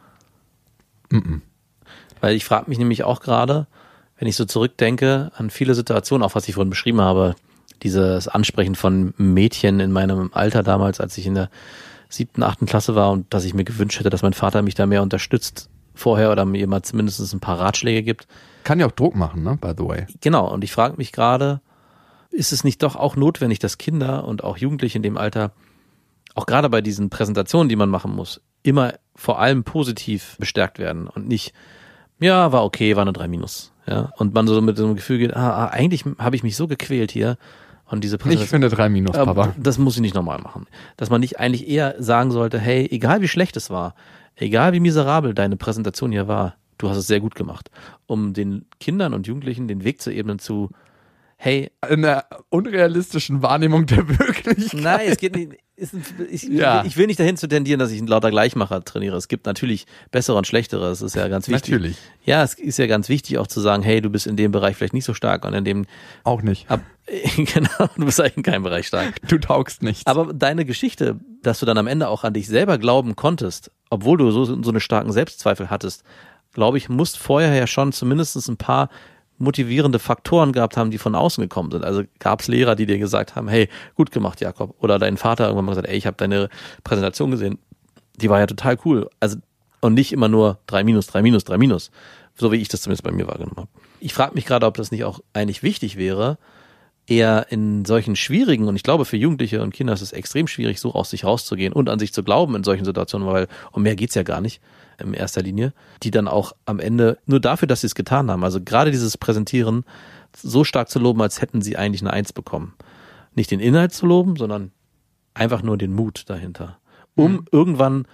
Weil ich frage mich nämlich auch gerade, wenn ich so zurückdenke an viele Situationen, auch was ich vorhin beschrieben habe, dieses Ansprechen von Mädchen in meinem Alter damals, als ich in der 7., 8. Klasse war und dass ich mir gewünscht hätte, dass mein Vater mich da mehr unterstützt vorher oder mir mal zumindest ein paar Ratschläge gibt. Kann ja auch Druck machen, ne, by the way. Genau, und ich frage mich gerade, ist es nicht doch auch notwendig, dass Kinder und auch Jugendliche in dem Alter, auch gerade bei diesen Präsentationen, die man machen muss, immer vor allem positiv bestärkt werden und nicht, ja, war okay, war eine 3-. Ja, und man so mit so einem Gefühl geht, eigentlich habe ich mich so gequält hier und diese Präsentation. Ich finde 3-, Papa. Das muss ich nicht nochmal machen. Dass man nicht eigentlich eher sagen sollte, hey, egal wie schlecht es war, egal wie miserabel deine Präsentation hier war, du hast es sehr gut gemacht, um den Kindern und Jugendlichen den Weg zu ebnen zu, hey. In der unrealistischen Wahrnehmung der Wirklichkeit. Nein, es geht nicht. Ich will nicht dahin zu tendieren, dass ich einen lauter Gleichmacher trainiere. Es gibt natürlich bessere und schlechtere, das ist ja ganz wichtig. Natürlich. Ja, es ist ja ganz wichtig auch zu sagen, hey, du bist in dem Bereich vielleicht nicht so stark und in dem... Auch nicht. Genau, du bist eigentlich in keinem Bereich stark. Du taugst nichts. Aber deine Geschichte, dass du dann am Ende auch an dich selber glauben konntest, obwohl du so eine starken Selbstzweifel hattest, glaube ich, musst vorher ja schon zumindest ein paar motivierende Faktoren gehabt haben, die von außen gekommen sind. Also gab es Lehrer, die dir gesagt haben, hey, gut gemacht, Jakob. Oder dein Vater irgendwann mal gesagt, ey, ich habe deine Präsentation gesehen. Die war ja total cool. Also und nicht immer nur 3-, so wie ich das zumindest bei mir wahrgenommen habe. Ich frage mich gerade, ob das nicht auch eigentlich wichtig wäre, eher in solchen schwierigen, und ich glaube für Jugendliche und Kinder ist es extrem schwierig, so aus sich rauszugehen und an sich zu glauben in solchen Situationen, weil um mehr geht's ja gar nicht in erster Linie, die dann auch am Ende nur dafür, dass sie es getan haben, also gerade dieses Präsentieren so stark zu loben, als hätten sie eigentlich eine 1 bekommen. Nicht den Inhalt zu loben, sondern einfach nur den Mut dahinter. Um irgendwann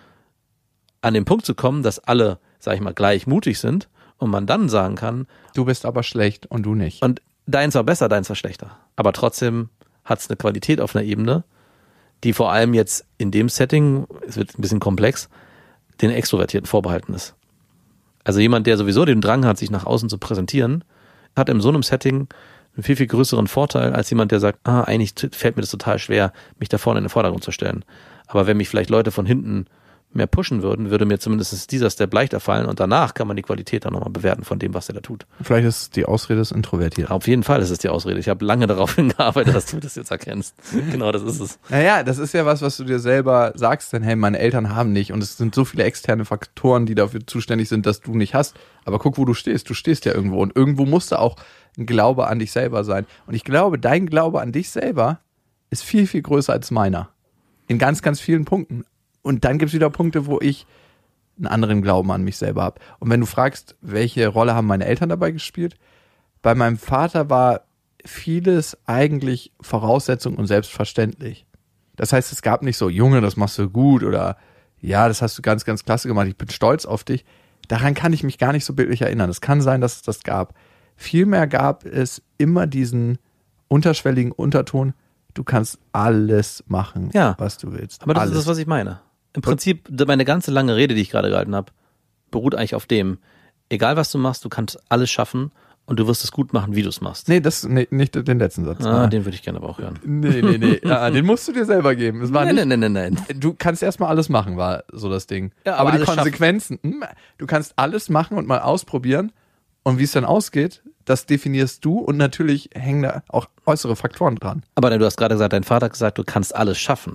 an den Punkt zu kommen, dass alle, sag ich mal, gleich mutig sind und man dann sagen kann, du bist aber schlecht und du nicht. Und deins war besser, deins war schlechter. Aber trotzdem hat es eine Qualität auf einer Ebene, die vor allem jetzt in dem Setting, es wird ein bisschen komplex, den Extrovertierten vorbehalten ist. Also jemand, der sowieso den Drang hat, sich nach außen zu präsentieren, hat in so einem Setting einen viel, viel größeren Vorteil als jemand, der sagt, eigentlich fällt mir das total schwer, mich da vorne in den Vordergrund zu stellen. Aber wenn mich vielleicht Leute von hinten mehr pushen würden, würde mir zumindest dieser Step leichter fallen und danach kann man die Qualität dann nochmal bewerten von dem, was er da tut. Vielleicht ist es die Ausrede des Introvertierten. Auf jeden Fall ist es die Ausrede. Ich habe lange darauf hingearbeitet, dass du das jetzt erkennst. Genau, das ist es. Naja, das ist ja was du dir selber sagst, denn hey, meine Eltern haben nicht und es sind so viele externe Faktoren, die dafür zuständig sind, dass du nicht hast. Aber guck, wo du stehst. Du stehst ja irgendwo und irgendwo musst du auch ein Glaube an dich selber sein. Und ich glaube, dein Glaube an dich selber ist viel, viel größer als meiner. In ganz, ganz vielen Punkten. Und dann gibt es wieder Punkte, wo ich einen anderen Glauben an mich selber habe. Und wenn du fragst, welche Rolle haben meine Eltern dabei gespielt? Bei meinem Vater war vieles eigentlich Voraussetzung und selbstverständlich. Das heißt, es gab nicht so, Junge, das machst du gut oder ja, das hast du ganz, ganz klasse gemacht, ich bin stolz auf dich. Daran kann ich mich gar nicht so bildlich erinnern. Es kann sein, dass es das gab. Vielmehr gab es immer diesen unterschwelligen Unterton, du kannst alles machen, was du willst. Aber das ist das, was ich meine. Im Prinzip, meine ganze lange Rede, die ich gerade gehalten habe, beruht eigentlich auf dem, egal was du machst, du kannst alles schaffen und du wirst es gut machen, wie du es machst. Nee, nicht den letzten Satz. Den würde ich gerne aber auch hören. Nee. Den musst du dir selber geben. Es war Nein. Du kannst erstmal alles machen, war so das Ding. Ja, aber die Konsequenzen, du kannst alles machen und mal ausprobieren und wie es dann ausgeht, das definierst du und natürlich hängen da auch äußere Faktoren dran. Aber du hast gerade gesagt, dein Vater hat gesagt, du kannst alles schaffen.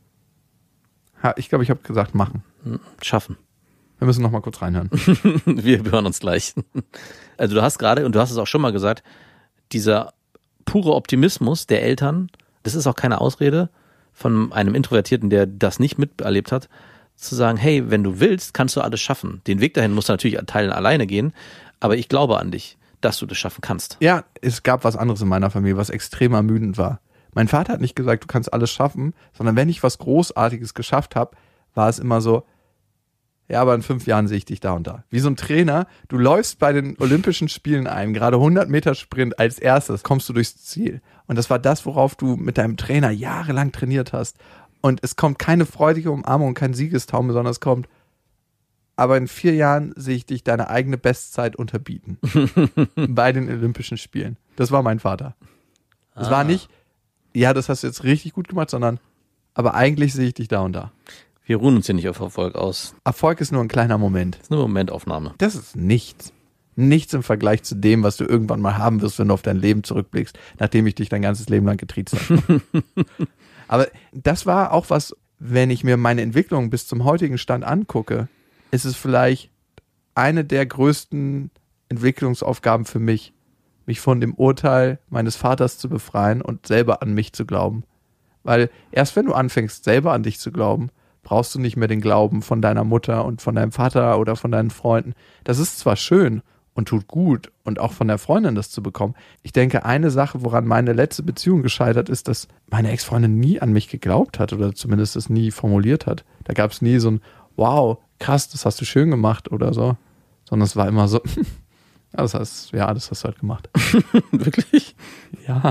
Ich glaube, ich habe gesagt, machen. Schaffen. Wir müssen noch mal kurz reinhören. Wir hören uns gleich. Also du hast gerade, und du hast es auch schon mal gesagt, dieser pure Optimismus der Eltern, das ist auch keine Ausrede von einem Introvertierten, der das nicht miterlebt hat, zu sagen, hey, wenn du willst, kannst du alles schaffen. Den Weg dahin musst du natürlich an Teilen alleine gehen, aber ich glaube an dich, dass du das schaffen kannst. Ja, es gab was anderes in meiner Familie, was extrem ermüdend war. Mein Vater hat nicht gesagt, du kannst alles schaffen, sondern wenn ich was Großartiges geschafft habe, war es immer so, ja, aber in 5 Jahren sehe ich dich da und da. Wie so ein Trainer, du läufst bei den Olympischen Spielen ein, gerade 100 Meter Sprint als erstes, kommst du durchs Ziel. Und das war das, worauf du mit deinem Trainer jahrelang trainiert hast. Und es kommt keine freudige Umarmung, kein Siegestaumel, sondern es kommt, aber in 4 Jahren sehe ich dich deine eigene Bestzeit unterbieten. Bei den Olympischen Spielen. Das war mein Vater. Es war nicht, ja, das hast du jetzt richtig gut gemacht, sondern, aber eigentlich sehe ich dich da und da. Wir ruhen uns hier nicht auf Erfolg aus. Erfolg ist nur ein kleiner Moment. Das ist eine Momentaufnahme. Das ist nichts. Nichts im Vergleich zu dem, was du irgendwann mal haben wirst, wenn du auf dein Leben zurückblickst, nachdem ich dich dein ganzes Leben lang getriezt habe. Aber das war auch was, wenn ich mir meine Entwicklung bis zum heutigen Stand angucke, ist es vielleicht eine der größten Entwicklungsaufgaben für mich von dem Urteil meines Vaters zu befreien und selber an mich zu glauben. Weil erst wenn du anfängst, selber an dich zu glauben, brauchst du nicht mehr den Glauben von deiner Mutter und von deinem Vater oder von deinen Freunden. Das ist zwar schön und tut gut und auch von der Freundin das zu bekommen. Ich denke, eine Sache, woran meine letzte Beziehung gescheitert ist, dass meine Ex-Freundin nie an mich geglaubt hat oder zumindest das nie formuliert hat. Da gab es nie so ein, wow, krass, das hast du schön gemacht oder so, sondern es war immer so, das hast du halt gemacht. Wirklich? Ja.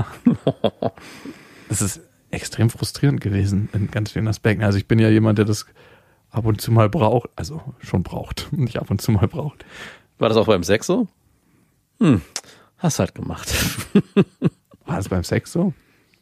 Das ist extrem frustrierend gewesen in ganz vielen Aspekten. Also ich bin ja jemand, der das ab und zu mal braucht, also schon braucht, nicht ab und zu mal braucht. War das auch beim Sex so? Hast halt gemacht. War das beim Sex so?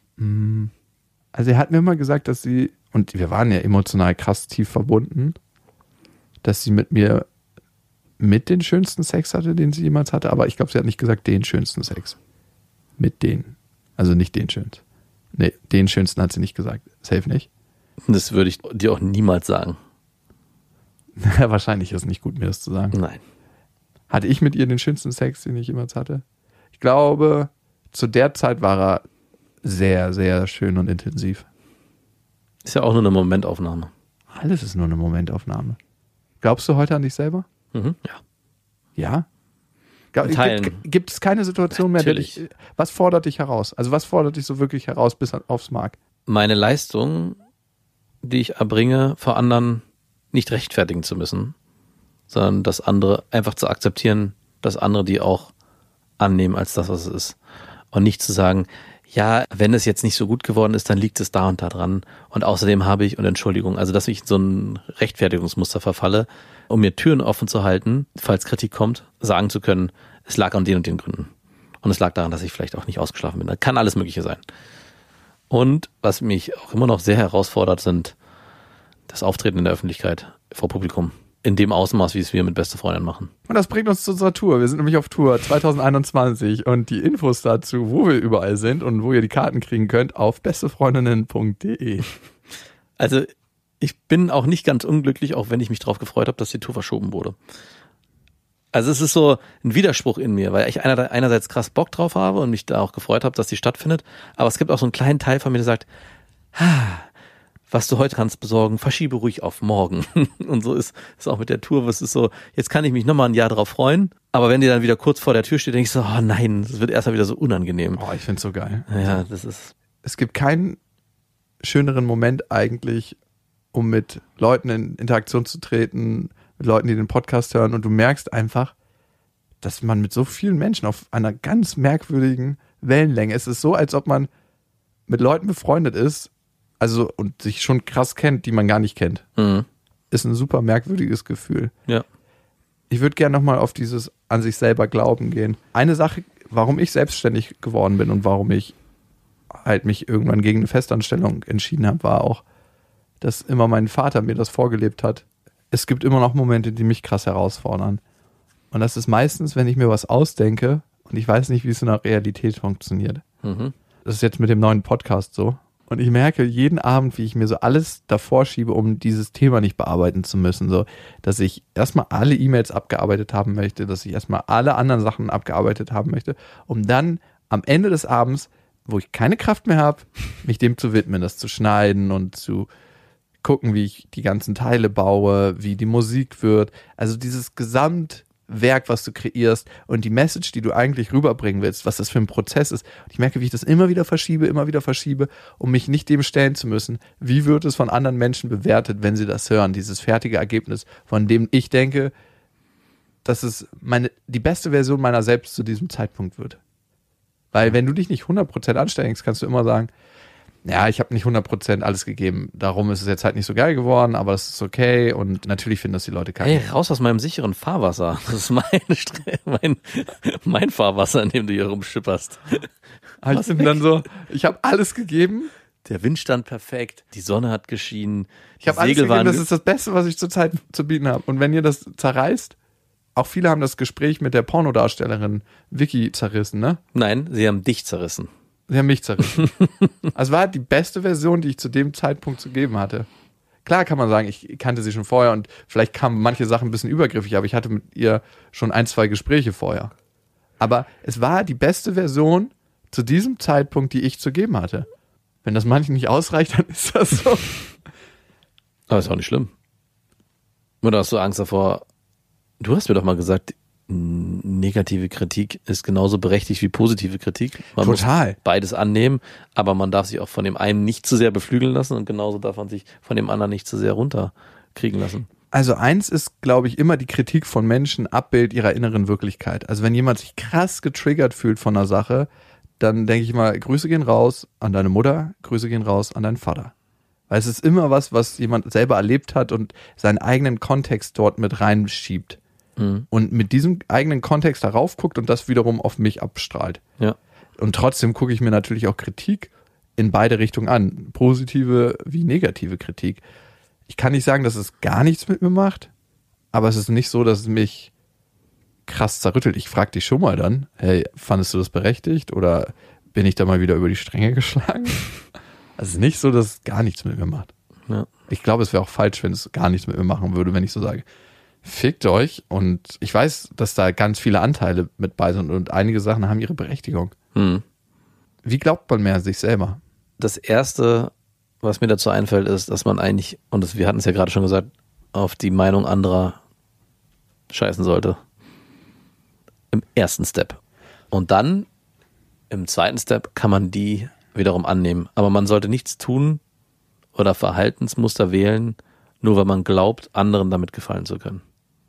Also er hat mir immer gesagt, dass sie, und wir waren ja emotional krass tief verbunden, dass sie mit mir mit den schönsten Sex hatte, den sie jemals hatte, aber ich glaube, sie hat nicht gesagt, den schönsten Sex. Mit denen. Also nicht den schönsten. Nee, den schönsten hat sie nicht gesagt. Safe nicht. Das würde ich dir auch niemals sagen. Wahrscheinlich ist es nicht gut, mir das zu sagen. Nein. Hatte ich mit ihr den schönsten Sex, den ich jemals hatte? Ich glaube, zu der Zeit war er sehr, sehr schön und intensiv. Ist ja auch nur eine Momentaufnahme. Alles ist nur eine Momentaufnahme. Glaubst du heute an dich selber? Ja. Ja? In Teilen. Gibt es keine Situation mehr, Natürlich. was fordert dich heraus? Also was fordert dich so wirklich heraus bis aufs Mark? Meine Leistung, die ich erbringe, vor anderen nicht rechtfertigen zu müssen, sondern das andere einfach zu akzeptieren, dass andere die auch annehmen als das, was es ist. Und nicht zu sagen, ja, wenn es jetzt nicht so gut geworden ist, dann liegt es da und da dran. Und außerdem habe ich, und Entschuldigung, also dass ich in so ein Rechtfertigungsmuster verfalle, um mir Türen offen zu halten, falls Kritik kommt, sagen zu können, es lag an den und den Gründen. Und es lag daran, dass ich vielleicht auch nicht ausgeschlafen bin. Da kann alles Mögliche sein. Und was mich auch immer noch sehr herausfordert, sind das Auftreten in der Öffentlichkeit vor Publikum. In dem Ausmaß, wie es wir mit Beste Freundin machen. Und das bringt uns zu unserer Tour. Wir sind nämlich auf Tour 2021 und die Infos dazu, wo wir überall sind und wo ihr die Karten kriegen könnt, auf bestefreundinnen.de. Also ich bin auch nicht ganz unglücklich, auch wenn ich mich darauf gefreut habe, dass die Tour verschoben wurde. Also es ist so ein Widerspruch in mir, weil ich einerseits krass Bock drauf habe und mich da auch gefreut habe, dass die stattfindet, aber es gibt auch so einen kleinen Teil von mir, der sagt, was du heute kannst besorgen, verschiebe ruhig auf morgen. Und so ist es auch mit der Tour, was ist so, jetzt kann ich mich nochmal ein Jahr drauf freuen, aber wenn die dann wieder kurz vor der Tür steht, denke ich so, oh nein, das wird erstmal wieder so unangenehm. Oh, ich find's so geil. Ja, das ist... Es gibt keinen schöneren Moment eigentlich, um mit Leuten in Interaktion zu treten, mit Leuten, die den Podcast hören, und du merkst einfach, dass man mit so vielen Menschen auf einer ganz merkwürdigen Wellenlänge, es ist so, als ob man mit Leuten befreundet ist, also und sich schon krass kennt, die man gar nicht kennt. Mhm. Ist ein super merkwürdiges Gefühl. Ja. Ich würde gerne nochmal auf dieses an sich selber Glauben gehen. Eine Sache, warum ich selbstständig geworden bin und warum ich halt mich irgendwann gegen eine Festanstellung entschieden habe, war auch, dass immer mein Vater mir das vorgelebt hat. Es gibt immer noch Momente, die mich krass herausfordern. Und das ist meistens, wenn ich mir was ausdenke und ich weiß nicht, wie es in der Realität funktioniert. Mhm. Das ist jetzt mit dem neuen Podcast so. Und ich merke jeden Abend, wie ich mir so alles davor schiebe, um dieses Thema nicht bearbeiten zu müssen. So, dass ich erstmal alle E-Mails abgearbeitet haben möchte, dass ich erstmal alle anderen Sachen abgearbeitet haben möchte, um dann am Ende des Abends, wo ich keine Kraft mehr habe, mich dem zu widmen, das zu schneiden und zu gucken, wie ich die ganzen Teile baue, wie die Musik wird. Also dieses Gesamtwerk, was du kreierst und die Message, die du eigentlich rüberbringen willst, was das für ein Prozess ist. Und ich merke, wie ich das immer wieder verschiebe, um mich nicht dem stellen zu müssen. Wie wird es von anderen Menschen bewertet, wenn sie das hören? Dieses fertige Ergebnis, von dem ich denke, dass es die beste Version meiner selbst zu diesem Zeitpunkt wird. Weil wenn du dich nicht 100% anstrengst, kannst du immer sagen, ja, ich habe nicht 100% alles gegeben, darum ist es jetzt halt nicht so geil geworden, aber das ist okay und natürlich finden das die Leute kacke. Hey, raus aus meinem sicheren Fahrwasser. Das ist mein Fahrwasser, in dem du hier rumschipperst. Ich bin dann so, ich habe alles gegeben. Der Wind stand perfekt, die Sonne hat geschienen, Ich habe alles gegeben, das ist das Beste, was ich zurzeit zu bieten habe. Und wenn ihr das zerreißt, auch viele haben das Gespräch mit der Pornodarstellerin Vicky zerrissen, ne? Nein, sie haben dich zerrissen. Sie haben mich zerrissen. Also war die beste Version, die ich zu dem Zeitpunkt zu geben hatte. Klar kann man sagen, ich kannte sie schon vorher und vielleicht kamen manche Sachen ein bisschen übergriffig, aber ich hatte mit ihr schon 1, 2 Gespräche vorher. Aber es war die beste Version zu diesem Zeitpunkt, die ich zu geben hatte. Wenn das manchen nicht ausreicht, dann ist das so. Aber ist auch nicht schlimm. Oder hast du Angst davor? Du hast mir doch mal gesagt, negative Kritik ist genauso berechtigt wie positive Kritik. Man Total. muss beides annehmen, aber man darf sich auch von dem einen nicht zu sehr beflügeln lassen und genauso darf man sich von dem anderen nicht zu sehr runterkriegen lassen. Also eins ist, glaube ich, immer die Kritik von Menschen Abbild ihrer inneren Wirklichkeit. Also wenn jemand sich krass getriggert fühlt von einer Sache, dann denke ich mal, Grüße gehen raus an deine Mutter, Grüße gehen raus an deinen Vater. Weil es ist immer was jemand selber erlebt hat und seinen eigenen Kontext dort mit reinschiebt. Und mit diesem eigenen Kontext darauf guckt und das wiederum auf mich abstrahlt. Ja. Und trotzdem gucke ich mir natürlich auch Kritik in beide Richtungen an. Positive wie negative Kritik. Ich kann nicht sagen, dass es gar nichts mit mir macht, aber es ist nicht so, dass es mich krass zerrüttelt. Ich frage dich schon mal dann, hey, fandest du das berechtigt oder bin ich da mal wieder über die Stränge geschlagen? Also es ist nicht so, dass es gar nichts mit mir macht. Ja. Ich glaube, es wäre auch falsch, wenn es gar nichts mit mir machen würde, wenn ich so sage, fickt euch. Und ich weiß, dass da ganz viele Anteile mit bei sind und einige Sachen haben ihre Berechtigung. Hm. Wie glaubt man mehr sich selber? Das Erste, was mir dazu einfällt, ist, dass man eigentlich, und wir hatten es ja gerade schon gesagt, auf die Meinung anderer scheißen sollte. Im ersten Step. Und dann, im zweiten Step, kann man die wiederum annehmen. Aber man sollte nichts tun oder Verhaltensmuster wählen, nur weil man glaubt, anderen damit gefallen zu können.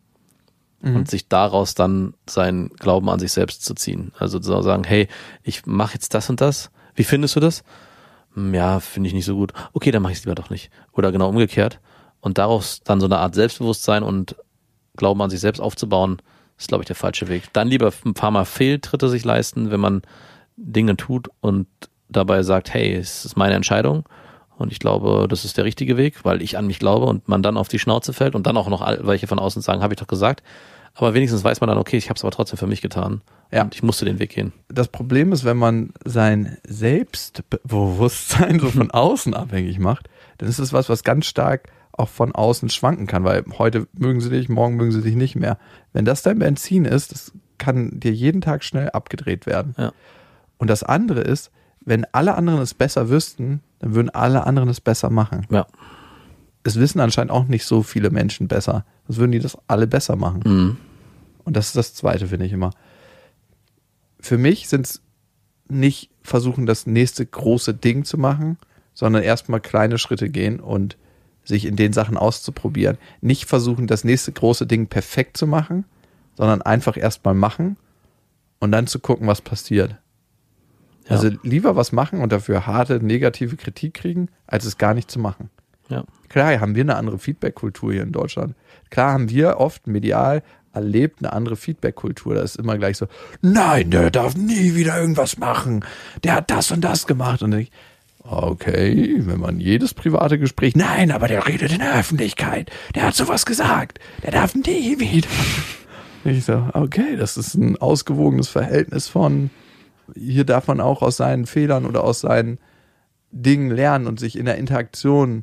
Und sich daraus dann seinen Glauben an sich selbst zu ziehen. Also zu sagen, hey, ich mache jetzt das und das. Wie findest du das? Ja, finde ich nicht so gut. Okay, dann mache ich es lieber doch nicht. Oder genau umgekehrt. Und daraus dann so eine Art Selbstbewusstsein und Glauben an sich selbst aufzubauen, ist, glaube ich, der falsche Weg. Dann lieber ein paar Mal Fehltritte sich leisten, wenn man Dinge tut und dabei sagt, hey, es ist meine Entscheidung und ich glaube, das ist der richtige Weg, weil ich an mich glaube und man dann auf die Schnauze fällt und dann auch noch welche von außen sagen, habe ich doch gesagt. Aber wenigstens weiß man dann, okay, ich habe es aber trotzdem für mich getan und ich musste den Weg gehen. Das Problem ist, wenn man sein Selbstbewusstsein so von außen abhängig macht, dann ist es was ganz stark auch von außen schwanken kann, weil heute mögen sie dich, morgen mögen sie dich nicht mehr. Wenn das dein Benzin ist, das kann dir jeden Tag schnell abgedreht werden. Ja. Und das andere ist, wenn alle anderen es besser wüssten, dann würden alle anderen es besser machen. Ja. Es wissen anscheinend auch nicht so viele Menschen besser. Sonst würden die das alle besser machen. Mhm. Und das ist das Zweite, finde ich immer. Für mich sind es nicht versuchen, das nächste große Ding zu machen, sondern erstmal kleine Schritte gehen und sich in den Sachen auszuprobieren. Nicht versuchen, das nächste große Ding perfekt zu machen, sondern einfach erstmal machen und dann zu gucken, was passiert. Ja. Also lieber was machen und dafür harte, negative Kritik kriegen, als es gar nicht zu machen. Ja. Klar haben wir eine andere Feedback-Kultur hier in Deutschland. Klar haben wir oft medial erlebt eine andere Feedback-Kultur. Da ist immer gleich so, nein, der darf nie wieder irgendwas machen. Der hat das und das gemacht. Und ich, okay, wenn man jedes private Gespräch, nein, aber der redet in der Öffentlichkeit. Der hat sowas gesagt. Der darf nie wieder. Ich so, okay, das ist ein ausgewogenes Verhältnis von, hier darf man auch aus seinen Fehlern oder aus seinen Dingen lernen und sich in der Interaktion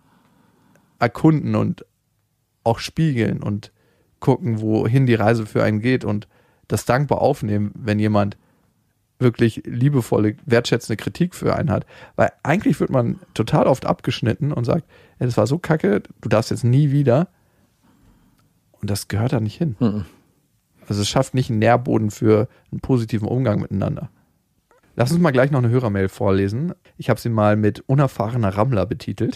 erkunden und auch spiegeln und gucken, wohin die Reise für einen geht und das dankbar aufnehmen, wenn jemand wirklich liebevolle, wertschätzende Kritik für einen hat. Weil eigentlich wird man total oft abgeschnitten und sagt, ja, das war so kacke, du darfst jetzt nie wieder. Und das gehört da nicht hin. Mhm. Also es schafft nicht einen Nährboden für einen positiven Umgang miteinander. Lass uns mal gleich noch eine Hörermail vorlesen. Ich habe sie mal mit unerfahrener Rammler betitelt.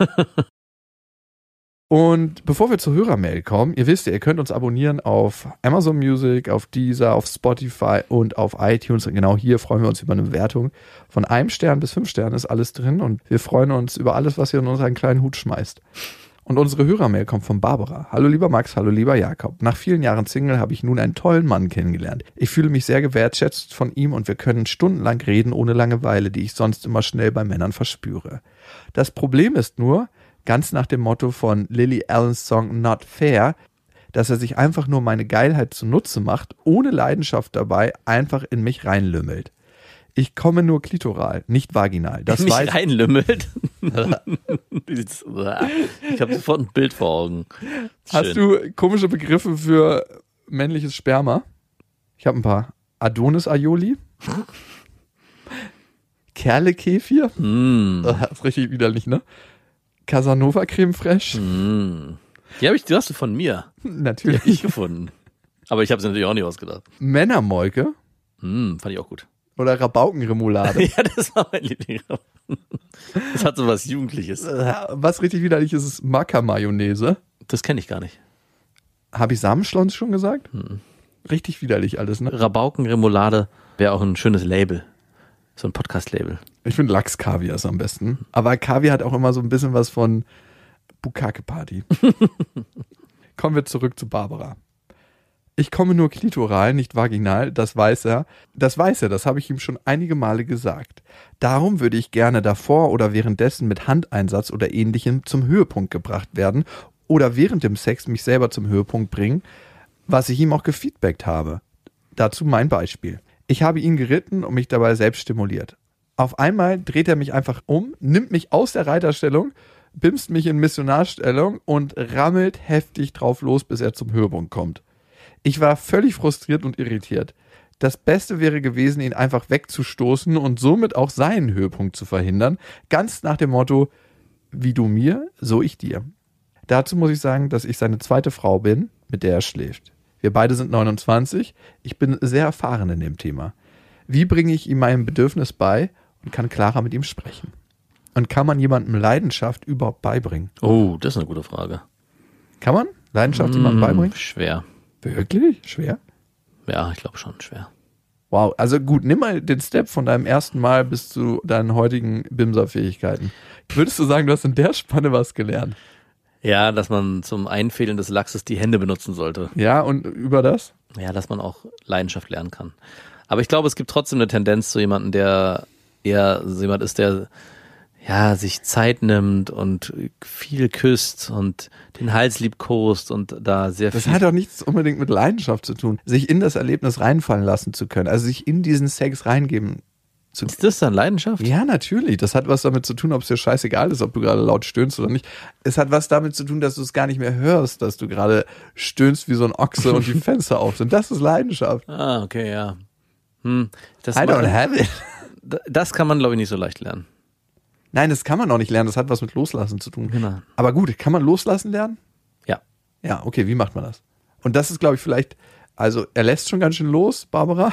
Und bevor wir zur Hörermail kommen, ihr wisst ja, ihr könnt uns abonnieren auf Amazon Music, auf Deezer, auf Spotify und auf iTunes. Und genau hier freuen wir uns über eine Bewertung. Von 1 Stern bis 5 Sternen ist alles drin und wir freuen uns über alles, was ihr in unseren kleinen Hut schmeißt. Und unsere Hörermail kommt von Barbara. Hallo lieber Max, hallo lieber Jakob. Nach vielen Jahren Single habe ich nun einen tollen Mann kennengelernt. Ich fühle mich sehr gewertschätzt von ihm und wir können stundenlang reden ohne Langeweile, die ich sonst immer schnell bei Männern verspüre. Das Problem ist nur, ganz nach dem Motto von Lily Allens Song Not Fair, dass er sich einfach nur meine Geilheit zunutze macht, ohne Leidenschaft dabei, einfach in mich reinlümmelt. Ich komme nur klitoral, nicht vaginal. Das nicht weiß reinlümmelt. Ich habe sofort ein Bild vor Augen. Hast du komische Begriffe für männliches Sperma? Ich habe ein paar. Adonis Aioli. Kerle-Kefir. Das ist richtig widerlich, ne? Casanova Creme Fraiche. Die hast du von mir. Natürlich. Die habe ich gefunden. Aber ich habe sie natürlich auch nicht ausgedacht. Männermolke. Fand ich auch gut. Oder Rabaukenremoulade. Ja, das war mein Liebling. Das hat so was Jugendliches. Was richtig widerlich ist, ist Maca-Mayonnaise. Das kenne ich gar nicht. Habe ich Samenschlons schon gesagt? Richtig widerlich alles, ne? Rabaukenremoulade wäre auch ein schönes Label. So ein Podcast-Label. Ich finde Lachs-Kaviar ist am besten. Aber Kaviar hat auch immer so ein bisschen was von Bukake-Party. Kommen wir zurück zu Barbara. Ich komme nur klitoral, nicht vaginal, das weiß er. Das habe ich ihm schon einige Male gesagt. Darum würde ich gerne davor oder währenddessen mit Handeinsatz oder Ähnlichem zum Höhepunkt gebracht werden oder während dem Sex mich selber zum Höhepunkt bringen, was ich ihm auch gefeedbackt habe. Dazu mein Beispiel. Ich habe ihn geritten und mich dabei selbst stimuliert. Auf einmal dreht er mich einfach um, nimmt mich aus der Reiterstellung, bimst mich in Missionarstellung und rammelt heftig drauf los, bis er zum Höhepunkt kommt. Ich war völlig frustriert und irritiert. Das Beste wäre gewesen, ihn einfach wegzustoßen und somit auch seinen Höhepunkt zu verhindern. Ganz nach dem Motto, wie du mir, so ich dir. Dazu muss ich sagen, dass ich seine zweite Frau bin, mit der er schläft. Wir beide sind 29. Ich bin sehr erfahren in dem Thema. Wie bringe ich ihm mein Bedürfnis bei und kann klarer mit ihm sprechen? Und kann man jemandem Leidenschaft überhaupt beibringen? Oh, das ist eine gute Frage. Kann man Leidenschaft jemandem beibringen? Schwer. Wirklich? Schwer? Ja, ich glaube schon, schwer. Wow, also gut, nimm mal den Step von deinem ersten Mal bis zu deinen heutigen Bimser-Fähigkeiten. Würdest du sagen, du hast in der Spanne was gelernt? Ja, dass man zum Einfädeln des Lachses die Hände benutzen sollte. Ja, und über das? Ja, dass man auch Leidenschaft lernen kann. Aber ich glaube, es gibt trotzdem eine Tendenz zu jemandem, der eher so jemand ist, der ja sich Zeit nimmt und viel küsst und den Hals liebkost und da sehr viel. Das hat auch nichts unbedingt mit Leidenschaft zu tun, sich in das Erlebnis reinfallen lassen zu können, also sich in diesen Sex reingeben zu. Ist das dann Leidenschaft? Ja, natürlich. Das hat was damit zu tun, ob es dir scheißegal ist, ob du gerade laut stöhnst oder nicht. Es hat was damit zu tun, dass du es gar nicht mehr hörst, dass du gerade stöhnst wie so ein Ochse und die Fenster auf sind. Das ist Leidenschaft. Ah, okay, ja. Das I don't have it. Das kann man, glaube ich, nicht so leicht lernen. Nein, das kann man auch nicht lernen. Das hat was mit Loslassen zu tun. Genau. Aber gut, kann man loslassen lernen? Ja. Ja, okay, wie macht man das? Und das ist, glaube ich, vielleicht, also er lässt schon ganz schön los, Barbara.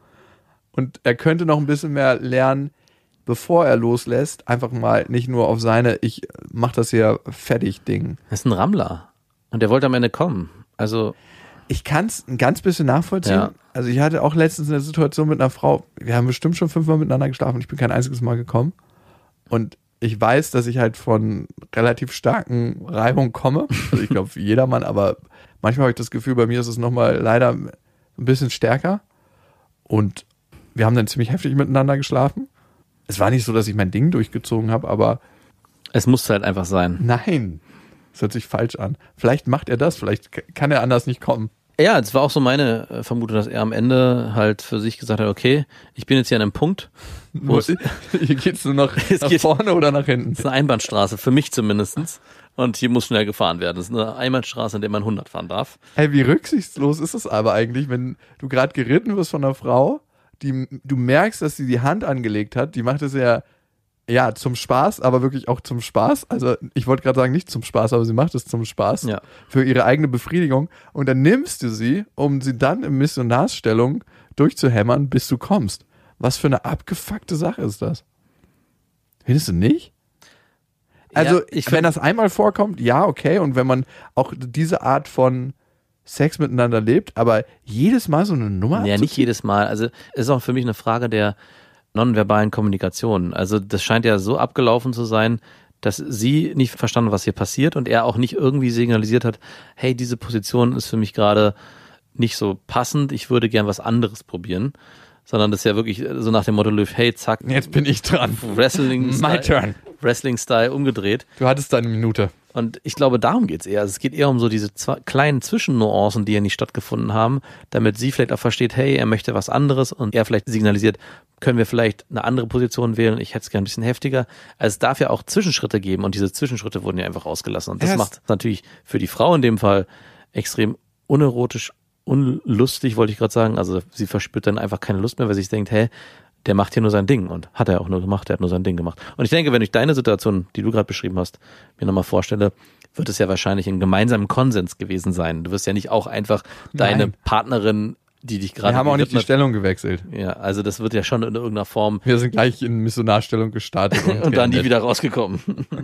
Und er könnte noch ein bisschen mehr lernen, bevor er loslässt. Einfach mal nicht nur auf seine, ich mach das hier fertig Ding. Das ist ein Rammler. Und der wollte am Ende kommen. Also. Ich kann es ein ganz bisschen nachvollziehen. Ja. Also ich hatte auch letztens eine Situation mit einer Frau, wir haben bestimmt schon 5-mal miteinander geschlafen und ich bin kein einziges Mal gekommen. Und ich weiß, dass ich halt von relativ starken Reibungen komme. Also ich glaube, für jedermann, aber manchmal habe ich das Gefühl, bei mir ist es nochmal leider ein bisschen stärker. Und wir haben dann ziemlich heftig miteinander geschlafen. Es war nicht so, dass ich mein Ding durchgezogen habe, aber es musste halt einfach sein. nein, das hört sich falsch an. Vielleicht macht er das, vielleicht kann er anders nicht kommen. Ja, es war auch so meine Vermutung, dass er am Ende halt für sich gesagt hat, okay, ich bin jetzt hier an einem Punkt, wo es Hier geht's nur noch nach geht- vorne oder nach hinten. ist eine Einbahnstraße, für mich zumindestens. Und hier muss schnell gefahren werden. Das ist eine Einbahnstraße, in der man 100 fahren darf. Hey, wie rücksichtslos ist es aber eigentlich, wenn du gerade geritten wirst von einer Frau, du merkst, dass sie die Hand angelegt hat, die macht es ja zum Spaß, aber wirklich auch zum Spaß. Also ich wollte gerade sagen, nicht zum Spaß, aber sie macht es zum Spaß. Ja. Für ihre eigene Befriedigung. Und dann nimmst du sie, um sie dann in Missionarsstellung durchzuhämmern, bis du kommst. Was für eine abgefuckte Sache ist das? Findest du nicht? Also, Ja, ich wenn das einmal vorkommt, ja, okay. Und wenn man auch diese Art von Sex miteinander lebt, aber jedes Mal so eine Nummer Ja, nicht jedes Mal. Also es ist auch für mich eine Frage der nonverbalen Kommunikation. Also das scheint ja so abgelaufen zu sein, dass sie nicht verstanden, was hier passiert und er auch nicht irgendwie signalisiert hat, hey, diese Position ist für mich gerade nicht so passend, ich würde gern was anderes probieren. Sondern das ist ja wirklich so nach dem Motto, hey, zack, Jetzt bin ich dran. My turn. Wrestling-Style umgedreht. Du hattest deine Minute. Und ich glaube, darum geht's eher. Also es geht eher um so diese kleinen Zwischennuancen, die ja nicht stattgefunden haben, damit sie vielleicht auch versteht, hey, er möchte was anderes und er vielleicht signalisiert, können wir vielleicht eine andere Position wählen, ich hätte es gerne ein bisschen heftiger. Also es darf ja auch Zwischenschritte geben und diese Zwischenschritte wurden ja einfach ausgelassen. Und das macht natürlich für die Frau in dem Fall extrem unerotisch, unlustig, wollte ich gerade sagen. Also sie verspürt dann einfach keine Lust mehr, weil sie sich denkt, hey, der macht hier nur sein Ding und hat er auch nur gemacht, der hat nur sein Ding gemacht. Und ich denke, wenn ich deine Situation, die du gerade beschrieben hast, mir nochmal vorstelle, wird es ja wahrscheinlich ein gemeinsamer Konsens gewesen sein. Du wirst ja nicht auch einfach deine Partnerin, die dich gerade... Wir haben auch nicht die gewidmet- Stellung gewechselt. Ja, also das wird ja schon in irgendeiner Form Wir sind gleich in Missionarstellung gestartet. und dann nie geendet. wieder rausgekommen.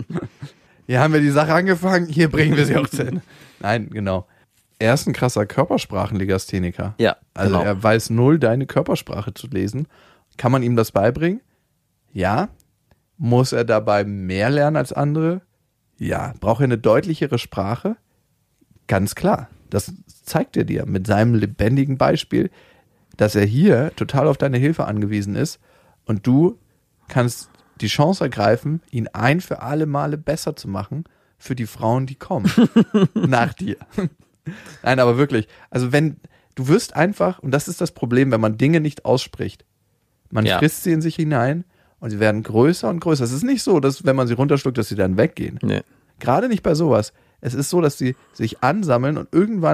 Hier haben wir die Sache angefangen, hier bringen wir sie auch zu Ende. Nein, genau. Er ist ein krasser Körpersprachenlegastheniker. Ja, Also genau. er weiß null, deine Körpersprache zu lesen. Kann man ihm das beibringen? Ja. Muss er dabei mehr lernen als andere? Ja. Braucht er eine deutlichere Sprache? Ganz klar. Das zeigt er dir mit seinem lebendigen Beispiel, dass er hier total auf deine Hilfe angewiesen ist und du kannst die Chance ergreifen, ihn ein für alle Male besser zu machen für die Frauen, die kommen. Nach dir. Nein, aber wirklich. Also wenn, du wirst einfach, und das ist das Problem, wenn man Dinge nicht ausspricht. Man Ja. frisst sie in sich hinein und sie werden größer und größer. Es ist nicht so, dass wenn man sie runterschluckt, dass sie dann weggehen. Nee. Gerade nicht bei sowas. Es ist so, dass sie sich ansammeln und irgendwann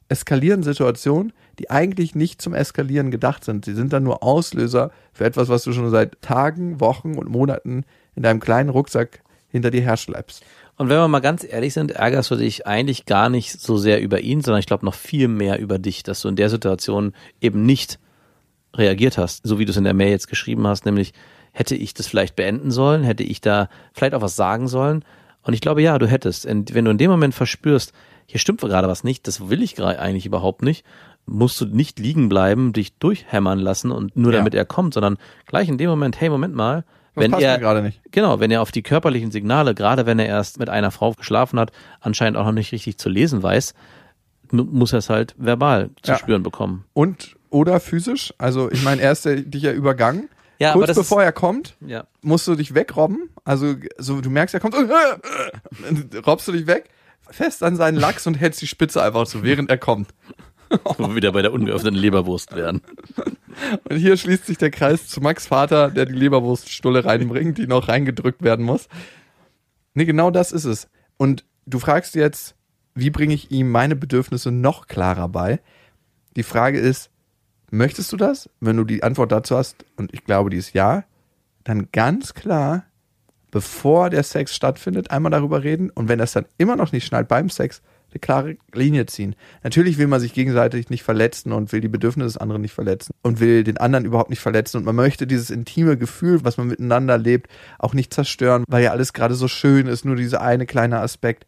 eskalieren Situationen, die eigentlich nicht zum Eskalieren gedacht sind. Sie sind dann nur Auslöser für etwas, was du schon seit Tagen, Wochen und Monaten in deinem kleinen Rucksack hinter dir herschleppst. Und wenn wir mal ganz ehrlich sind, ärgerst du dich eigentlich gar nicht so sehr über ihn, sondern ich glaube noch viel mehr über dich, dass du in der Situation eben nicht reagiert hast, so wie du es in der Mail jetzt geschrieben hast, nämlich hätte ich das vielleicht beenden sollen, hätte ich da vielleicht auch was sagen sollen. Und ich glaube, ja, du hättest. Und wenn du in dem Moment verspürst, hier stimmt gerade was nicht, das will ich gerade eigentlich überhaupt nicht, musst du nicht liegen bleiben, dich durchhämmern lassen und nur damit er kommt, sondern gleich in dem Moment, hey, Moment mal, wenn passt mir gerade nicht. Genau, wenn er auf die körperlichen Signale, gerade wenn er erst mit einer Frau geschlafen hat, anscheinend auch noch nicht richtig zu lesen weiß, muss er es halt verbal zu spüren bekommen. Und oder physisch, also ich meine, er ist dich ja übergangen. Ja, kurz aber bevor er kommt, ja, musst du dich wegrobben, also so du merkst, er kommt, robbst du dich weg, fest an seinen Lachs und hältst die Spitze einfach so, während er kommt. Wo wir wieder bei der ungeöffneten Leberwurst werden. Und hier schließt sich der Kreis zu Max Vater, der die Leberwurststulle reinbringt, die noch reingedrückt werden muss. Nee, genau das ist es. Und du fragst jetzt, wie bringe ich ihm meine Bedürfnisse noch klarer bei? Die Frage ist, möchtest du das? Wenn du die Antwort dazu hast, und ich glaube, die ist ja, dann ganz klar, bevor der Sex stattfindet, einmal darüber reden. Und wenn das dann immer noch nicht schnallt beim Sex, eine klare Linie ziehen. Natürlich will man sich gegenseitig nicht verletzen und will die Bedürfnisse des anderen nicht verletzen und will den anderen überhaupt nicht verletzen und man möchte dieses intime Gefühl, was man miteinander lebt, auch nicht zerstören, weil ja alles gerade so schön ist, nur dieser eine kleine Aspekt.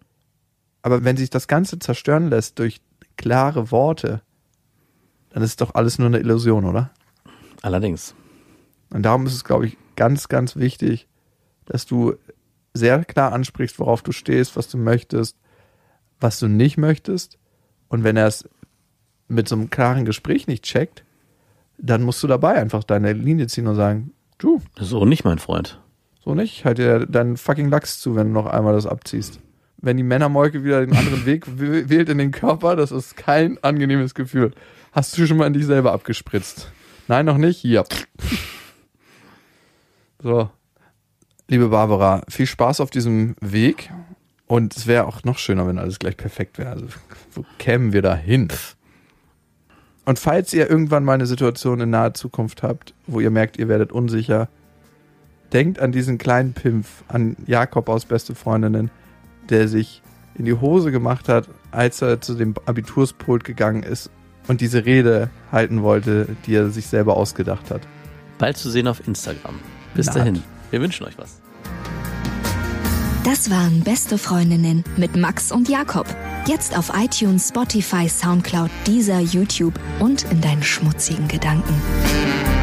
Aber wenn sich das Ganze zerstören lässt durch klare Worte, dann ist doch alles nur eine Illusion, oder? Allerdings. Und darum ist es, glaube ich, ganz, ganz wichtig, dass du sehr klar ansprichst, worauf du stehst, was du möchtest, was du nicht möchtest. Und wenn er es mit so einem klaren Gespräch nicht checkt, dann musst du dabei einfach deine Linie ziehen und sagen, du. So nicht, mein Freund. So nicht. Halt dir deinen fucking Lachs zu, wenn du noch einmal das abziehst. Wenn die Männermolke wieder den anderen Weg wählt in den Körper, das ist kein angenehmes Gefühl. Hast du schon mal in dich selber abgespritzt? Nein, noch nicht? Hier. So. Liebe Barbara, viel Spaß auf diesem Weg. Und es wäre auch noch schöner, wenn alles gleich perfekt wäre. Also, wo kämen wir da hin? Und falls ihr irgendwann mal eine Situation in naher Zukunft habt, wo ihr merkt, ihr werdet unsicher, denkt an diesen kleinen Pimpf, an Jakob aus Beste Freundinnen, der sich in die Hose gemacht hat, als er zu dem Abiturspult gegangen ist und diese Rede halten wollte, die er sich selber ausgedacht hat. Bald zu sehen auf Instagram. Bis dahin. Wir wünschen euch was. Das waren Beste Freundinnen mit Max und Jakob. Jetzt auf iTunes, Spotify, Soundcloud, Deezer, YouTube und in deinen schmutzigen Gedanken.